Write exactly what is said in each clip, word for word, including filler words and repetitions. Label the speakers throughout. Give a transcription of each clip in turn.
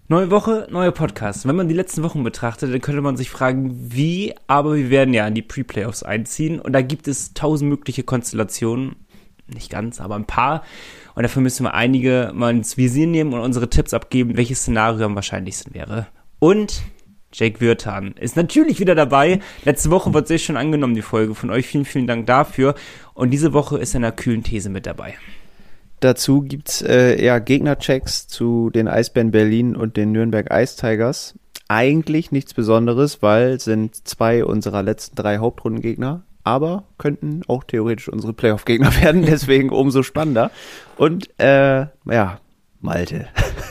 Speaker 1: Neue Woche, neuer Podcast. Wenn man die letzten Wochen betrachtet, dann könnte man sich fragen, wie, aber wir werden ja in die Pre-Playoffs einziehen und da gibt es tausend mögliche Konstellationen, nicht ganz, aber ein paar und dafür müssen wir einige mal ins Visier nehmen und unsere Tipps abgeben, welches Szenario am wahrscheinlichsten wäre. Und Jake Würtan ist natürlich wieder dabei. Letzte Woche wurde sehr schon angenommen, die Folge von euch. Vielen, vielen Dank dafür. Und diese Woche ist er in einer kühlen These mit dabei.
Speaker 2: Dazu gibt es äh, ja Gegnerchecks zu den Eisbären Berlin und den Nürnberg Ice Tigers. Eigentlich nichts Besonderes, weil sind zwei unserer letzten drei Hauptrundengegner, aber könnten auch theoretisch unsere Playoff-Gegner werden, deswegen umso spannender. Und äh, ja, Malte.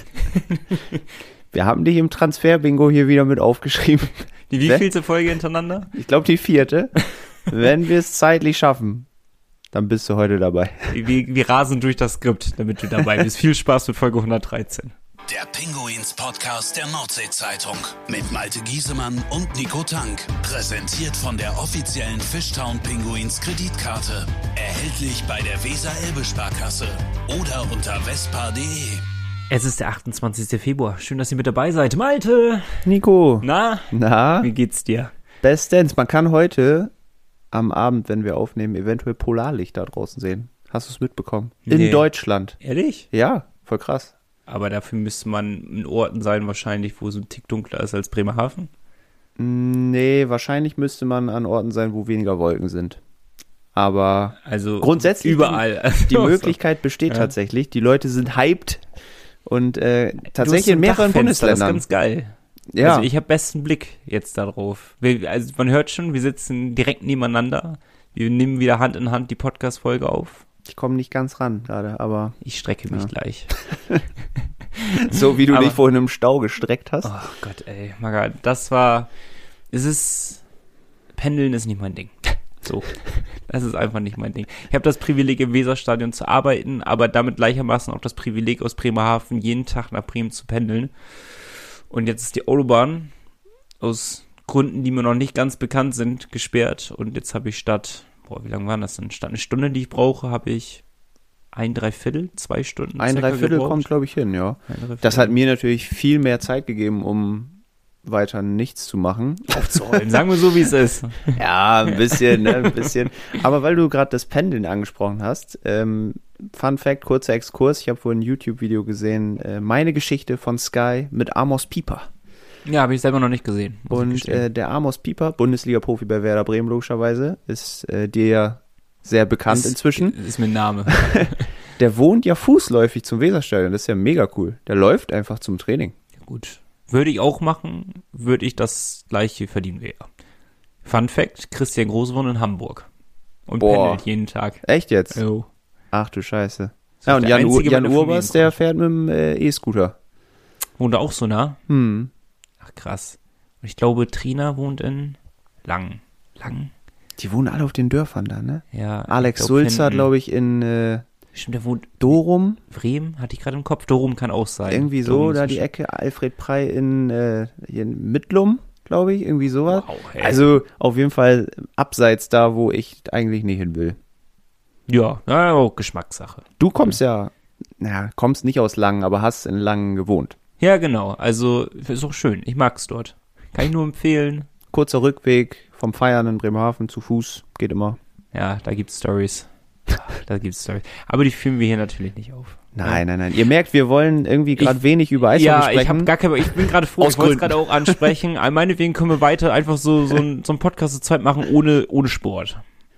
Speaker 2: Wir haben dich im Transfer-Bingo hier wieder mit aufgeschrieben.
Speaker 1: Die wievielte Folge hintereinander?
Speaker 2: Ich glaube die vierte. Wenn wir es zeitlich schaffen, dann bist du heute dabei.
Speaker 1: Wir, wir rasen durch das Skript, damit du dabei bist. Viel Spaß mit Folge hundertdreizehn.
Speaker 3: Der Pinguins-Podcast der Nordsee-Zeitung mit Malte Giesemann und Nico Tank. Präsentiert von der offiziellen Fishtown Pinguins Kreditkarte. Erhältlich bei der Weser-Elbe-Sparkasse oder unter vespa punkt de.
Speaker 1: Es ist der achtundzwanzigster Februar. Schön, dass ihr mit dabei seid. Malte!
Speaker 2: Nico!
Speaker 1: Na?
Speaker 2: Na?
Speaker 1: Wie geht's dir?
Speaker 2: Bestens. Man kann heute am Abend, wenn wir aufnehmen, eventuell Polarlicht da draußen sehen. Hast du es mitbekommen? In
Speaker 1: Nee.
Speaker 2: Deutschland.
Speaker 1: Ehrlich?
Speaker 2: Ja, voll krass.
Speaker 1: Aber dafür müsste man in Orten sein, wahrscheinlich, wo es ein Tick dunkler ist als Bremerhaven.
Speaker 2: Nee, wahrscheinlich müsste man an Orten sein, wo weniger Wolken sind. Aber
Speaker 1: Also
Speaker 2: grundsätzlich
Speaker 1: überall.
Speaker 2: die Möglichkeit besteht
Speaker 1: Ja.
Speaker 2: tatsächlich. Die Leute sind hyped und äh,
Speaker 1: Du hast
Speaker 2: tatsächlich
Speaker 1: so
Speaker 2: in
Speaker 1: ein
Speaker 2: mehreren
Speaker 1: Dachfenster, das ist
Speaker 2: Bundesländern.
Speaker 1: ganz geil.
Speaker 2: Ja,
Speaker 1: Also ich habe besten Blick jetzt darauf. Wir, also man hört schon, wir sitzen direkt nebeneinander. Wir nehmen wieder Hand in Hand die Podcast-Folge auf.
Speaker 2: ich komme nicht ganz ran gerade, aber
Speaker 1: Ich strecke mich
Speaker 2: Ja.
Speaker 1: gleich.
Speaker 2: so wie du
Speaker 1: Aber-
Speaker 2: dich vorhin im Stau gestreckt hast.
Speaker 1: Oh Gott, ey. Maga, das war, es ist, Pendeln ist nicht mein Ding. So, das ist einfach nicht mein Ding. Ich habe das Privileg, im Weserstadion zu arbeiten, aber damit gleichermaßen auch das Privileg, aus Bremerhaven jeden Tag nach Bremen zu pendeln. Und jetzt ist die Autobahn aus Gründen, die mir noch nicht ganz bekannt sind, gesperrt. Und jetzt habe ich statt, boah, wie lange waren das denn? Statt eine Stunde, die ich brauche, habe ich ein Dreiviertel, zwei Stunden
Speaker 2: Ein
Speaker 1: circa
Speaker 2: Dreiviertel
Speaker 1: gebraucht.
Speaker 2: kommt, glaube ich, hin, ja.
Speaker 1: Ein Dreiviertel.
Speaker 2: Das hat mir natürlich viel mehr Zeit gegeben, um weiter nichts zu machen.
Speaker 1: aufzurollen. Sagen wir so, wie es ist.
Speaker 2: Ja, ein bisschen, ne, ein bisschen. Aber weil du gerade das Pendeln angesprochen hast, ähm, Fun Fact, kurzer Exkurs, ich habe vorhin ein YouTube-Video gesehen, äh, meine Geschichte von Sky mit Amos Pieper.
Speaker 1: Ja, habe ich selber noch nicht gesehen. muss ich
Speaker 2: Und
Speaker 1: gestehen.
Speaker 2: äh, der Amos Pieper, Bundesliga-Profi bei Werder Bremen logischerweise, ist äh, dir ja sehr bekannt
Speaker 1: ist,
Speaker 2: inzwischen.
Speaker 1: Ist mir ein Name.
Speaker 2: Der wohnt ja fußläufig zum Weserstadion, das ist ja mega cool. Der läuft einfach zum Training.
Speaker 1: Gut. Würde ich auch machen, würde ich das gleiche verdienen wäre. Fun Fact, Christian Groß wohnt in Hamburg. Und
Speaker 2: Boah.
Speaker 1: pendelt jeden Tag.
Speaker 2: Echt jetzt?
Speaker 1: Oh.
Speaker 2: Ach du Scheiße.
Speaker 1: Ist
Speaker 2: Ja,
Speaker 1: auch
Speaker 2: und
Speaker 1: der
Speaker 2: Jan, Ur
Speaker 1: einzige
Speaker 2: Jan
Speaker 1: meiner
Speaker 2: Urbas, der
Speaker 1: Familie
Speaker 2: fährt mit dem äh, E-Scooter.
Speaker 1: Wohnt er auch so nah?
Speaker 2: Hm.
Speaker 1: Ach krass. Und ich glaube, Trina wohnt in Lang. Lang?
Speaker 2: Die wohnen alle auf den Dörfern da, ne?
Speaker 1: Ja.
Speaker 2: Alex
Speaker 1: ich glaub,
Speaker 2: Sulzer,
Speaker 1: hinten.
Speaker 2: glaube ich, in äh,
Speaker 1: Stimmt, der wohnt
Speaker 2: Dorum.
Speaker 1: Bremen, hatte ich gerade im Kopf. Dorum kann auch sein.
Speaker 2: Irgendwie so,
Speaker 1: Dorum ist
Speaker 2: da die
Speaker 1: bestimmt-
Speaker 2: Ecke. Alfred Prey in, äh, hier in Mittlum, glaube ich, irgendwie sowas.
Speaker 1: Wow, ey.
Speaker 2: Also auf jeden Fall abseits da, wo ich eigentlich nicht hin will.
Speaker 1: Ja, ja, auch Geschmackssache.
Speaker 2: Du kommst ja, naja, kommst nicht aus Langen, aber hast in Langen gewohnt.
Speaker 1: Ja, genau. Also, ist auch schön. Ich mag's dort. Kann ich nur empfehlen.
Speaker 2: Kurzer Rückweg vom Feiern in Bremerhaven zu Fuß, geht immer.
Speaker 1: Ja, da gibt's Stories. Da gibt's Stories. Aber die führen wir hier natürlich nicht auf.
Speaker 2: Nein, nein, nein. Ihr merkt, wir wollen irgendwie gerade
Speaker 1: Ich-
Speaker 2: wenig über Eishockey
Speaker 1: Ja,
Speaker 2: sprechen.
Speaker 1: ich habe gar keine, ich bin gerade froh,
Speaker 2: Aus
Speaker 1: ich wollte es
Speaker 2: Gründen.
Speaker 1: gerade auch ansprechen. Aber meinetwegen können wir weiter einfach so, so, ein, so einen Podcast zur Zeit machen ohne, ohne Sport.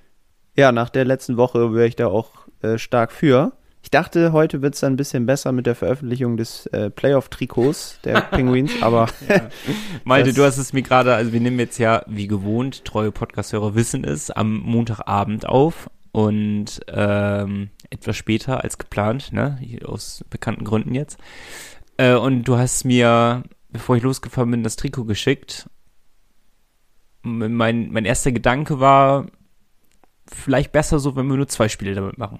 Speaker 2: Ja, nach der letzten Woche wäre ich da auch äh, stark für. Ich dachte, heute wird es dann ein bisschen besser mit der Veröffentlichung des äh, Playoff-Trikots der Penguins, aber
Speaker 1: Malte,
Speaker 2: Das-
Speaker 1: du hast es mir gerade, also wir nehmen jetzt ja, wie gewohnt, treue Podcast-Hörer wissen es, am Montagabend auf und ähm, etwas später als geplant, ne, aus bekannten Gründen jetzt. Äh, und du hast mir, bevor ich losgefahren bin, das Trikot geschickt. Mein, mein erster Gedanke war, vielleicht besser so, wenn wir nur zwei Spiele damit machen.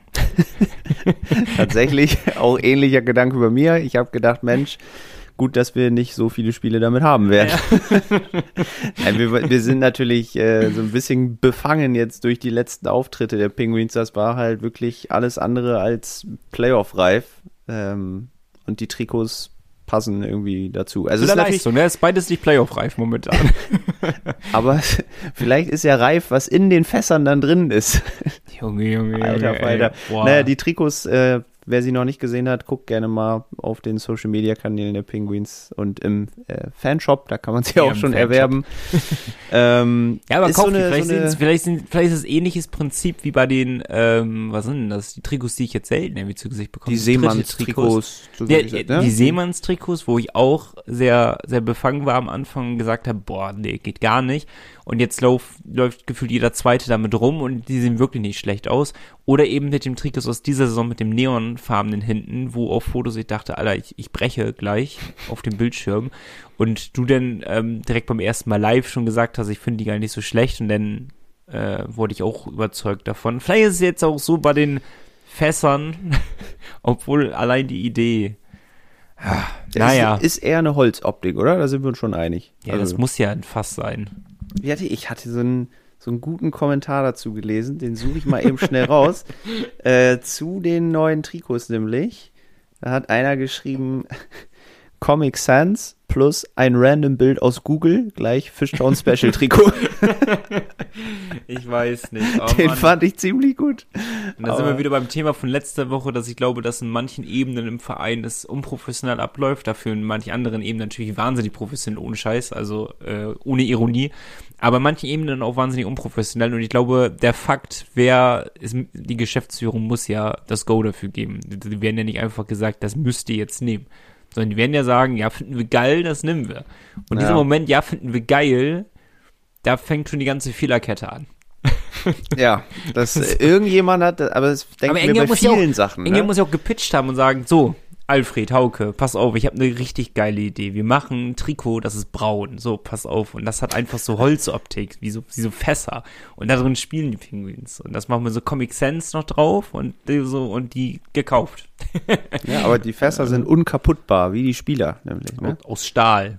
Speaker 2: tatsächlich auch ähnlicher Gedanke bei mir. Ich habe gedacht, Mensch, gut, dass wir nicht so viele Spiele damit haben werden. Nein, wir, wir sind natürlich äh, so ein bisschen befangen jetzt durch die letzten Auftritte der Penguins. Das war halt wirklich alles andere als Playoff-reif. Ähm, und die Trikots passen irgendwie dazu. Also
Speaker 1: Zu
Speaker 2: es
Speaker 1: der
Speaker 2: ist
Speaker 1: Leistung, ne? Ist beides nicht Playoff-reif momentan.
Speaker 2: aber vielleicht ist ja reif, was in den Fässern dann drin ist.
Speaker 1: Junge, Junge,
Speaker 2: Alter,
Speaker 1: Junge,
Speaker 2: Alter.
Speaker 1: ey.
Speaker 2: Naja, die Trikots, äh, wer sie noch nicht gesehen hat, guckt gerne mal auf den Social-Media-Kanälen der Penguins und im äh, Fanshop, da kann man sie
Speaker 1: Ja,
Speaker 2: auch
Speaker 1: im
Speaker 2: schon
Speaker 1: Fanshop.
Speaker 2: erwerben. ähm,
Speaker 1: Ja, aber
Speaker 2: ist
Speaker 1: kauf
Speaker 2: so
Speaker 1: die.
Speaker 2: eine,
Speaker 1: Vielleicht,
Speaker 2: so eine,
Speaker 1: sind's- vielleicht, sind, vielleicht ist es ähnliches Prinzip wie bei den, ähm, was sind denn das? Die Trikots, die ich jetzt selten irgendwie zu Gesicht bekomme.
Speaker 2: die
Speaker 1: Dritte
Speaker 2: Seemanns-Trikots. so
Speaker 1: Ja,
Speaker 2: gesagt,
Speaker 1: ja,
Speaker 2: ne?
Speaker 1: die Seemanns-Trikots, wo ich auch sehr, sehr befangen war am Anfang und gesagt habe, boah, nee, geht gar nicht. Und jetzt lauf, läuft gefühlt jeder Zweite damit rum und die sehen wirklich nicht schlecht aus. Oder eben mit dem Trikots aus dieser Saison mit dem neonfarbenen hinten, wo auf Fotos ich dachte, Alter, ich, ich breche gleich auf dem Bildschirm. Und du dann ähm, direkt beim ersten Mal live schon gesagt hast, ich finde die gar nicht so schlecht. Und dann äh, wurde ich auch überzeugt davon. Vielleicht ist es jetzt auch so bei den Fässern, obwohl allein die Idee... Ja, naja.
Speaker 2: Ist, ist eher eine Holzoptik, oder? Da sind wir uns schon einig.
Speaker 1: Ja,
Speaker 2: also,
Speaker 1: das muss ja ein Fass sein.
Speaker 2: ich hatte, ich hatte so einen, so einen guten Kommentar dazu gelesen, den suche ich mal eben schnell raus. Äh, zu den neuen Trikots nämlich. Da hat einer geschrieben, Comic Sans plus ein random Bild aus Google gleich Fishtown Special Trikot.
Speaker 1: Ich weiß nicht. Oh,
Speaker 2: Den
Speaker 1: Mann.
Speaker 2: fand ich ziemlich gut.
Speaker 1: Und da sind wir
Speaker 2: Aber-
Speaker 1: wieder beim Thema von letzter Woche, dass ich glaube, dass in manchen Ebenen im Verein es unprofessionell abläuft, dafür in manchen anderen Ebenen natürlich wahnsinnig professionell, ohne Scheiß, also äh, ohne Ironie, aber in manchen Ebenen auch wahnsinnig unprofessionell und ich glaube, der Fakt, wer ist, die Geschäftsführung muss ja das Go dafür geben. Die werden ja nicht einfach gesagt, das müsst ihr jetzt nehmen, sondern die werden ja sagen, ja, finden wir geil, das nehmen wir. Und
Speaker 2: Ja.
Speaker 1: dieser Moment, ja, finden wir geil, da fängt schon die ganze Fehlerkette an.
Speaker 2: Ja, das äh, irgendjemand hat, aber das denke
Speaker 1: Aber
Speaker 2: ich mir
Speaker 1: Enger
Speaker 2: bei
Speaker 1: muss ja
Speaker 2: vielen
Speaker 1: auch,
Speaker 2: Sachen.
Speaker 1: Enger
Speaker 2: Ne?
Speaker 1: muss ja auch gepitcht haben und sagen, so, Alfred, Hauke, pass auf, ich habe eine richtig geile Idee. Wir machen ein Trikot, das ist braun. So, pass auf. Und das hat einfach so Holzoptik, wie so, wie so Fässer. Und da drin spielen die Penguins. Und das machen wir so Comic Sans noch drauf und die so und die gekauft.
Speaker 2: Ja, aber die Fässer sind unkaputtbar, wie die Spieler nämlich. Ne?
Speaker 1: Aus Stahl.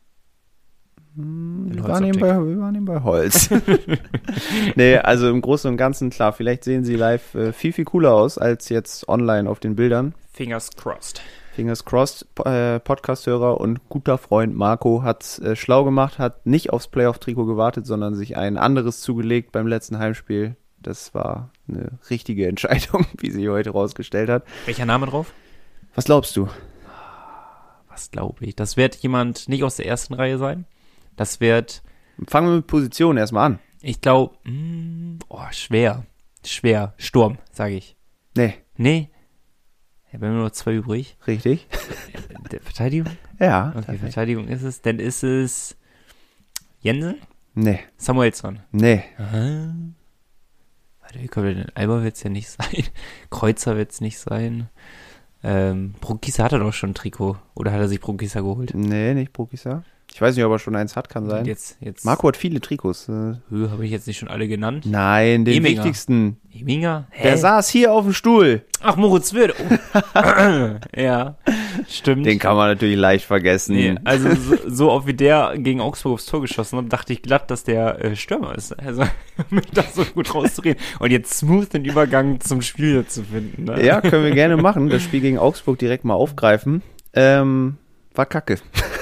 Speaker 2: Wir waren, eben bei, wir waren eben bei Holz. Nee, also im Großen und Ganzen, klar, vielleicht sehen sie live äh, viel, viel cooler aus als jetzt online auf den Bildern.
Speaker 1: Fingers crossed.
Speaker 2: Fingers crossed, po- äh, Podcast-Hörer und guter Freund Marco hat äh, schlau gemacht, hat nicht aufs Playoff-Trikot gewartet, sondern sich ein anderes zugelegt beim letzten Heimspiel. Das war eine richtige Entscheidung, wie sie heute rausgestellt hat.
Speaker 1: Welcher Name drauf?
Speaker 2: Was glaubst du?
Speaker 1: Was glaube ich? Das wird jemand nicht aus der ersten Reihe sein. Das wird,
Speaker 2: Fangen wir mit Position erstmal an.
Speaker 1: ich glaube, oh, schwer. Schwer. Sturm, sage ich.
Speaker 2: Nee,
Speaker 1: Nee. Ja, wir haben nur noch zwei übrig.
Speaker 2: richtig.
Speaker 1: Der Verteidigung?
Speaker 2: Ja.
Speaker 1: Okay, Verteidigung ist es. Dann ist es Jensen?
Speaker 2: Nee,
Speaker 1: Samuelsson.
Speaker 2: nee.
Speaker 1: Aha. Warte, wie kommt der denn? Alba wird es ja nicht sein. Kreuzer wird es nicht sein. Ähm, Brokisa hat er doch schon ein Trikot. Oder hat er sich Brokisa geholt?
Speaker 2: Nee, nicht Brokisa. Ich weiß nicht, ob er schon eins hat, kann sein.
Speaker 1: Und jetzt, jetzt.
Speaker 2: Marco hat viele Trikots. Äh,
Speaker 1: Habe ich jetzt nicht schon alle genannt?
Speaker 2: Nein, den
Speaker 1: Eminger.
Speaker 2: wichtigsten.
Speaker 1: Eminger? Hä?
Speaker 2: Der saß hier auf dem Stuhl.
Speaker 1: Ach, Moritz Wirth. Oh. Ja, stimmt.
Speaker 2: Den kann man natürlich leicht vergessen.
Speaker 1: Nee, also so, so oft wie der gegen Augsburg aufs Tor geschossen hat, dachte ich glatt, dass der äh, Stürmer ist. Also, um das so gut rauszureden. Und jetzt smooth den Übergang zum Spiel zu finden. Ne?
Speaker 2: Ja, können wir gerne machen. Das Spiel gegen Augsburg direkt mal aufgreifen. Ähm, war kacke.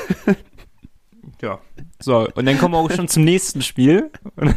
Speaker 1: Ja. So, und dann kommen wir auch schon zum nächsten Spiel.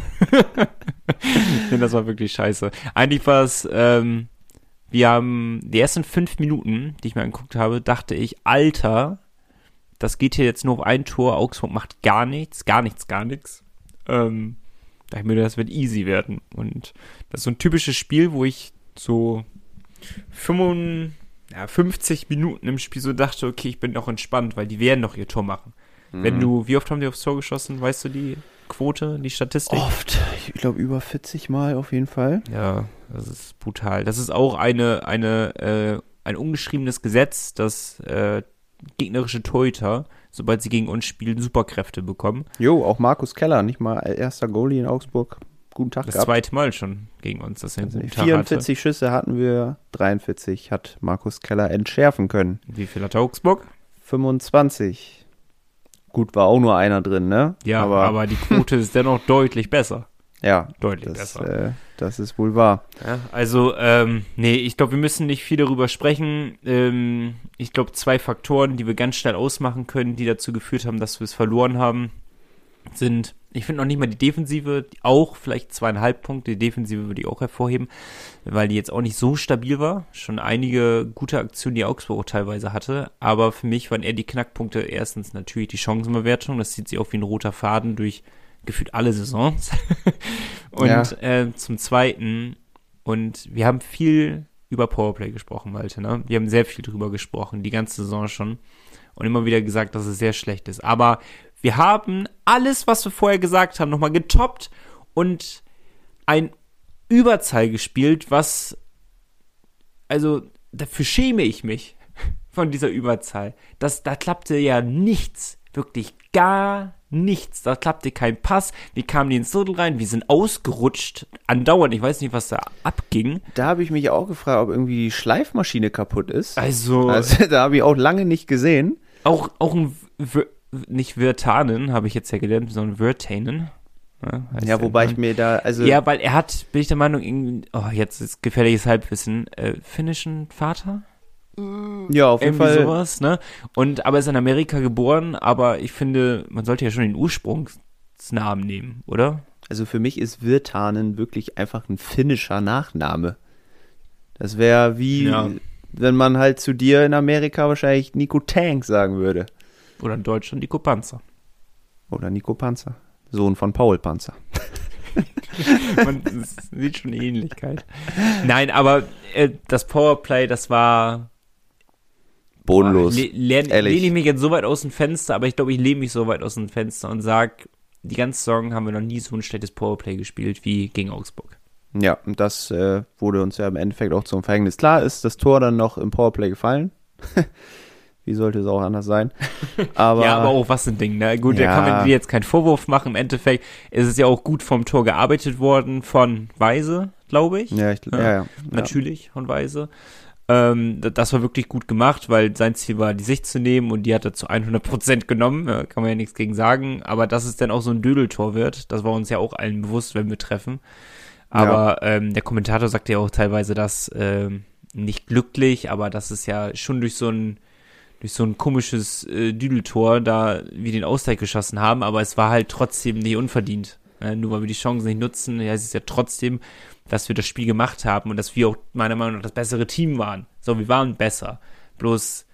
Speaker 1: Nee, das war wirklich scheiße. Eigentlich war es, ähm, wir haben die ersten fünf Minuten, die ich mir angeguckt habe, dachte ich, Alter, das geht hier jetzt nur auf ein Tor. Augsburg macht gar nichts, gar nichts, gar nichts. Ähm, dachte ich mir, das wird easy werden. Und das ist so ein typisches Spiel, wo ich so fünfundfünfzig, ja, fünfzig Minuten im Spiel so dachte, okay, ich bin noch entspannt, weil die werden doch ihr Tor machen. Wenn du, wie oft haben die aufs Tor geschossen? Weißt du die Quote, die Statistik?
Speaker 2: Oft. Ich glaube über vierzig Mal auf jeden Fall.
Speaker 1: Ja, das ist brutal. Das ist auch eine, eine, äh, ein ungeschriebenes Gesetz, dass äh, gegnerische Torhüter, sobald sie gegen uns spielen, Superkräfte bekommen.
Speaker 2: Jo, auch Markus Keller, nicht mal erster Goalie in Augsburg. Guten Tag
Speaker 1: Das
Speaker 2: gehabt.
Speaker 1: zweite Mal schon gegen uns, dass er einen guten Tag
Speaker 2: vierundvierzig Schüsse hatten wir, dreiundvierzig hat Markus Keller entschärfen können.
Speaker 1: hatte. Wie viel hat Augsburg?
Speaker 2: fünfundzwanzig. Gut, war auch nur einer drin, ne?
Speaker 1: Ja, aber, aber die Quote ist dennoch deutlich besser.
Speaker 2: Ja,
Speaker 1: deutlich
Speaker 2: das,
Speaker 1: besser.
Speaker 2: Äh, das ist wohl wahr.
Speaker 1: Ja, also, ähm, nee, ich glaube, wir müssen nicht viel darüber sprechen. Ähm, ich glaube, zwei Faktoren, die wir ganz schnell ausmachen können, die dazu geführt haben, dass wir es verloren haben, sind, ich finde noch nicht mal die Defensive, auch vielleicht zweieinhalb Punkte, die Defensive würde ich auch hervorheben, weil die jetzt auch nicht so stabil war. Schon einige gute Aktionen, die Augsburg auch teilweise hatte, aber für mich waren eher die Knackpunkte erstens natürlich die Chancenbewertung, das zieht sich auch wie ein roter Faden durch gefühlt alle Saisons. Und
Speaker 2: ja.
Speaker 1: äh, zum Zweiten, und wir haben viel über Powerplay gesprochen, Malte, ne? Wir haben sehr viel drüber gesprochen, die ganze Saison schon. Und immer wieder gesagt, dass es sehr schlecht ist. Aber wir haben alles, was wir vorher gesagt haben, nochmal getoppt und ein Überzahl gespielt, was, also dafür schäme ich mich von dieser Überzahl. Das, da klappte ja nichts, wirklich gar nichts. Da klappte kein Pass. Wir kamen ins Drittel rein, wir sind ausgerutscht, andauernd. Ich weiß nicht, was da abging.
Speaker 2: Da habe ich mich auch gefragt, ob irgendwie die Schleifmaschine kaputt ist.
Speaker 1: Also,
Speaker 2: also da habe ich auch lange nicht gesehen.
Speaker 1: Auch, auch ein, Wir, nicht Virtanen, habe ich jetzt ja gelernt, sondern Virtanen. Ja,
Speaker 2: ja wobei ich mir da, also...
Speaker 1: Ja, weil er hat, bin ich der Meinung, irgendwie, oh, jetzt ist gefährliches Halbwissen, äh, finnischen Vater?
Speaker 2: Ja, auf jeden
Speaker 1: Irgendwie
Speaker 2: Fall.
Speaker 1: sowas, ne? Und, aber er ist in Amerika geboren, aber ich finde, man sollte ja schon den Ursprungsnamen nehmen, oder?
Speaker 2: Also für mich ist Virtanen wirklich einfach ein finnischer Nachname. Das wäre wie,
Speaker 1: ja.
Speaker 2: wenn man halt zu dir in Amerika wahrscheinlich Nico Tank sagen würde.
Speaker 1: Oder in Deutschland Nico Panzer.
Speaker 2: Oder Nico Panzer. Sohn von Paul Panzer.
Speaker 1: Man sieht schon eine Ähnlichkeit. Nein, aber äh, das Powerplay, das war
Speaker 2: bodenlos.
Speaker 1: Le- lehne lehn ich mich jetzt so weit aus dem Fenster, aber ich glaube, ich lehne mich so weit aus dem Fenster und sage, die ganze Saison haben wir noch nie so ein schlechtes Powerplay gespielt wie gegen Augsburg.
Speaker 2: Ja, und das äh, wurde uns ja im Endeffekt auch zum Verhängnis. Klar ist das Tor dann noch im Powerplay gefallen. Wie sollte es auch anders sein? Aber,
Speaker 1: ja, aber auch was ein Ding, ne? Gut,
Speaker 2: ja.
Speaker 1: da kann man dir jetzt keinen Vorwurf machen. Im Endeffekt ist es ja auch gut vom Tor gearbeitet worden von Weise, glaube ich.
Speaker 2: Ja, ich, ja, ja, ja.
Speaker 1: Natürlich von Weise. Ähm, das war wirklich gut gemacht, weil sein Ziel war, die Sicht zu nehmen und die hat er zu hundert Prozent genommen. Ja, kann man ja nichts gegen sagen. Aber dass es dann auch so ein Dödeltor wird, das war uns ja auch allen bewusst, wenn wir treffen. Aber ja. ähm, der Kommentator sagte ja auch teilweise, dass ähm, nicht glücklich, aber dass es ja schon durch so ein durch so ein komisches äh, Düdeltor da wir den Ausgleich geschossen haben, aber es war halt trotzdem nicht unverdient. Äh, nur weil wir die Chancen nicht nutzen, heißt es ja trotzdem, dass wir das Spiel gemacht haben und dass wir auch meiner Meinung nach das bessere Team waren. So, wir waren besser. Bloß,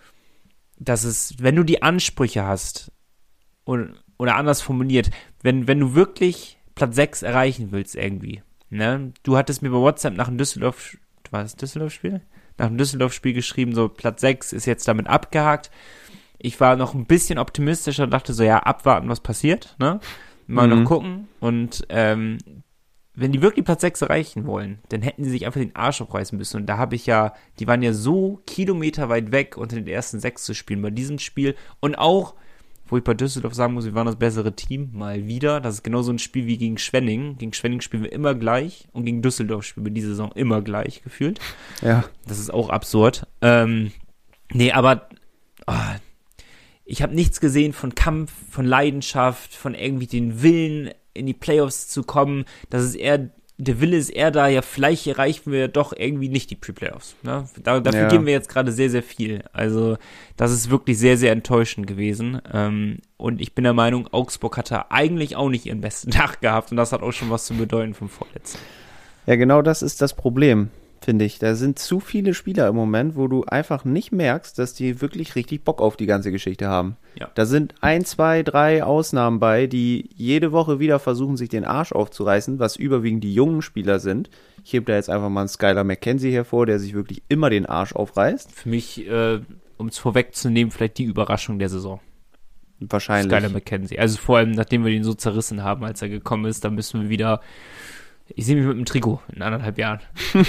Speaker 1: dass es, wenn du die Ansprüche hast, oder, oder anders formuliert, wenn, wenn du wirklich Platz sechs erreichen willst irgendwie, ne? Du hattest mir bei WhatsApp nach dem Düsseldorf, war das Düsseldorf-Spiel? Nach dem Düsseldorf-Spiel geschrieben, so Platz sechs ist jetzt damit abgehakt. Ich war noch ein bisschen optimistischer und dachte so, ja, abwarten, was passiert, ne? Mal mhm. noch gucken. Und ähm, wenn die wirklich Platz sechs erreichen wollen, dann hätten sie sich einfach den Arsch aufreißen müssen. Und da habe ich ja, die waren ja so kilometerweit weg, unter den ersten sechs zu spielen bei diesem Spiel. Und auch, wo ich bei Düsseldorf sagen muss, wir waren das bessere Team, mal wieder. Das ist genauso ein Spiel wie gegen Schwenning. Gegen Schwenning spielen wir immer gleich und gegen Düsseldorf spielen wir diese Saison immer gleich, gefühlt.
Speaker 2: Ja.
Speaker 1: Das ist auch absurd. Ähm, nee, aber oh, ich habe nichts gesehen von Kampf, von Leidenschaft, von irgendwie den Willen, in die Playoffs zu kommen. Das ist eher, der Wille ist eher da, ja, vielleicht erreichen wir doch irgendwie nicht die Pre-Playoffs. Ne? Da, dafür
Speaker 2: ja.
Speaker 1: geben wir jetzt gerade sehr, sehr viel. Also das ist wirklich sehr, sehr enttäuschend gewesen. Ähm, und ich bin der Meinung, Augsburg hatte eigentlich auch nicht ihren besten Tag gehabt und das hat auch schon was zu bedeuten vom Vorletzten.
Speaker 2: Ja, genau das ist das Problem, finde ich. Da sind zu viele Spieler im Moment, wo du einfach nicht merkst, dass die wirklich richtig Bock auf die ganze Geschichte haben.
Speaker 1: Ja.
Speaker 2: Da sind ein, zwei, drei Ausnahmen bei, die jede Woche wieder versuchen, sich den Arsch aufzureißen, was überwiegend die jungen Spieler sind. Ich hebe da jetzt einfach mal einen Skylar McKenzie hervor, der sich wirklich immer den Arsch aufreißt.
Speaker 1: Für mich, äh, um es vorwegzunehmen, vielleicht die Überraschung der Saison.
Speaker 2: Wahrscheinlich.
Speaker 1: Skylar McKenzie. Also vor allem, nachdem wir den so zerrissen haben, als er gekommen ist, dann müssen wir wieder... Ich sehe mich mit dem Trikot in anderthalb Jahren. Und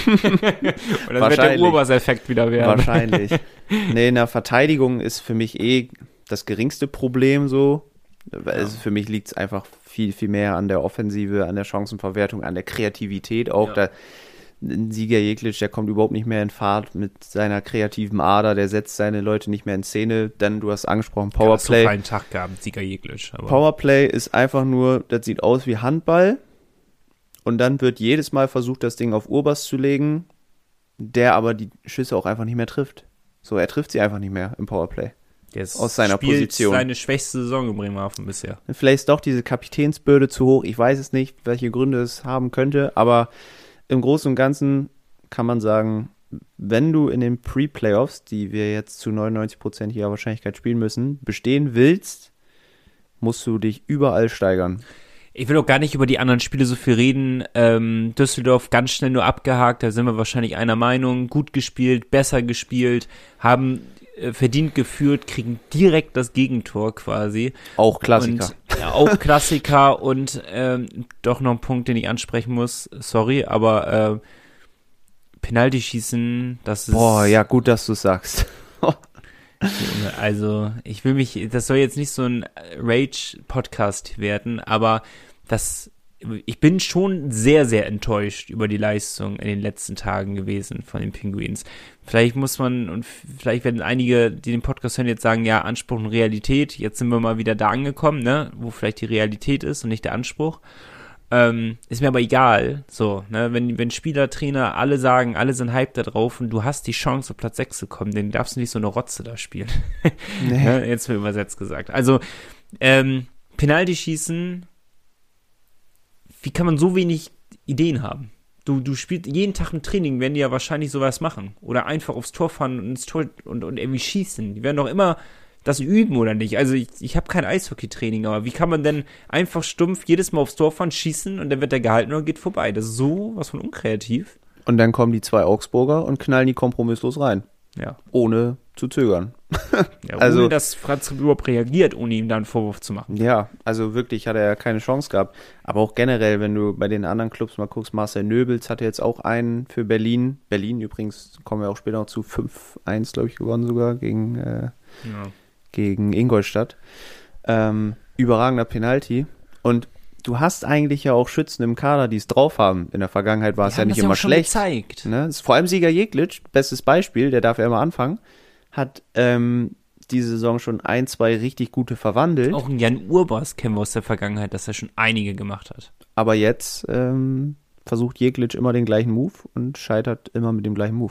Speaker 1: das wird der Urbas-Effekt wieder werden.
Speaker 2: Wahrscheinlich. Nee, in der Verteidigung ist für mich eh das geringste Problem so. Also für mich liegt es einfach viel, viel mehr an der Offensive, an der Chancenverwertung, an der Kreativität auch. Ja. Da, ein Sieger Jeglic, der kommt überhaupt nicht mehr in Fahrt mit seiner kreativen Ader, der setzt seine Leute nicht mehr in Szene. Dann, du hast angesprochen, Powerplay.
Speaker 1: Ja, so einen Tag gehabt, Sieger Jeglic. Aber
Speaker 2: Powerplay ist einfach nur, das sieht aus wie Handball. und dann wird jedes Mal versucht, das Ding auf Urbas zu legen, der aber die Schüsse auch einfach nicht mehr trifft. So, er trifft sie einfach nicht mehr im Powerplay.
Speaker 1: Der ist,
Speaker 2: aus seiner
Speaker 1: spielt
Speaker 2: Position.
Speaker 1: Seine schwächste Saison in Bremerhaven bisher.
Speaker 2: Vielleicht ist doch diese Kapitänsbürde zu hoch. Ich weiß es nicht, welche Gründe es haben könnte. Aber im Großen und Ganzen kann man sagen, wenn du in den Pre-Playoffs, die wir jetzt zu neunundneunzig Prozent hier Wahrscheinlichkeit spielen müssen, bestehen willst, musst du dich überall steigern.
Speaker 1: Ich will auch gar nicht über die anderen Spiele so viel reden. Ähm, Düsseldorf ganz schnell nur abgehakt. Da sind wir wahrscheinlich einer Meinung. Gut gespielt, besser gespielt, haben verdient geführt, kriegen direkt das Gegentor quasi.
Speaker 2: Auch Klassiker.
Speaker 1: Und, ja, auch Klassiker und ähm, doch noch ein Punkt, den ich ansprechen muss. Sorry, aber äh, Penalty-Schießen, das ist...
Speaker 2: Boah, ja, gut, dass du sagst.
Speaker 1: Also, ich will mich, das soll jetzt nicht so ein Rage-Podcast werden, aber das... Ich bin schon sehr, sehr enttäuscht über die Leistung in den letzten Tagen gewesen von den Pinguins. Vielleicht muss man, und vielleicht werden einige, die den Podcast hören, jetzt sagen, ja, Anspruch und Realität, jetzt sind wir mal wieder da angekommen, ne, wo vielleicht die Realität ist und nicht der Anspruch. Ähm, ist mir aber egal, so, ne, wenn, wenn Spieler, Trainer, alle sagen, alle sind hyped da drauf und du hast die Chance, auf Platz sechs zu kommen, dann darfst du nicht so eine Rotze da spielen. Nee. Ne, jetzt wird übersetzt gesagt. Also, ähm, Penalty-Schießen, wie kann man so wenig Ideen haben? Du, du spielst jeden Tag im Training, werden die ja wahrscheinlich sowas machen. Oder einfach aufs Tor fahren und ins Tor und, und irgendwie schießen. Die werden doch immer das üben, oder nicht? Also ich, ich habe kein Eishockey-Training, aber wie kann man denn einfach stumpf jedes Mal aufs Tor fahren, schießen und dann wird der gehalten und geht vorbei? Das ist so was von unkreativ.
Speaker 2: Und dann kommen die zwei Augsburger und knallen die kompromisslos rein.
Speaker 1: Ja.
Speaker 2: Ohne zu zögern.
Speaker 1: Ja,
Speaker 2: also,
Speaker 1: ohne dass Franz überhaupt reagiert, ohne ihm da einen Vorwurf zu machen.
Speaker 2: Ja, also wirklich hat er ja keine Chance gehabt. Aber auch generell, wenn du bei den anderen Clubs mal guckst, Marcel Nöbels hatte jetzt auch einen für Berlin. Berlin übrigens, kommen wir auch später noch zu, fünf eins, glaube ich, gewonnen sogar gegen, äh,
Speaker 1: ja.
Speaker 2: gegen Ingolstadt. Ähm, überragender Penalty. Und du hast eigentlich ja auch Schützen im Kader, die es drauf haben. In der Vergangenheit war es ja nicht immer schlecht.
Speaker 1: Gezeigt.
Speaker 2: Ne? Das ist vor allem Sieger Jeglic, bestes Beispiel, der darf ja immer anfangen, hat ähm, diese Saison schon ein, zwei richtig gute verwandelt.
Speaker 1: Auch ein Jan Urbas kennen wir aus der Vergangenheit, dass er schon einige gemacht hat.
Speaker 2: Aber jetzt ähm, versucht Jeglic immer den gleichen Move und scheitert immer mit dem gleichen Move.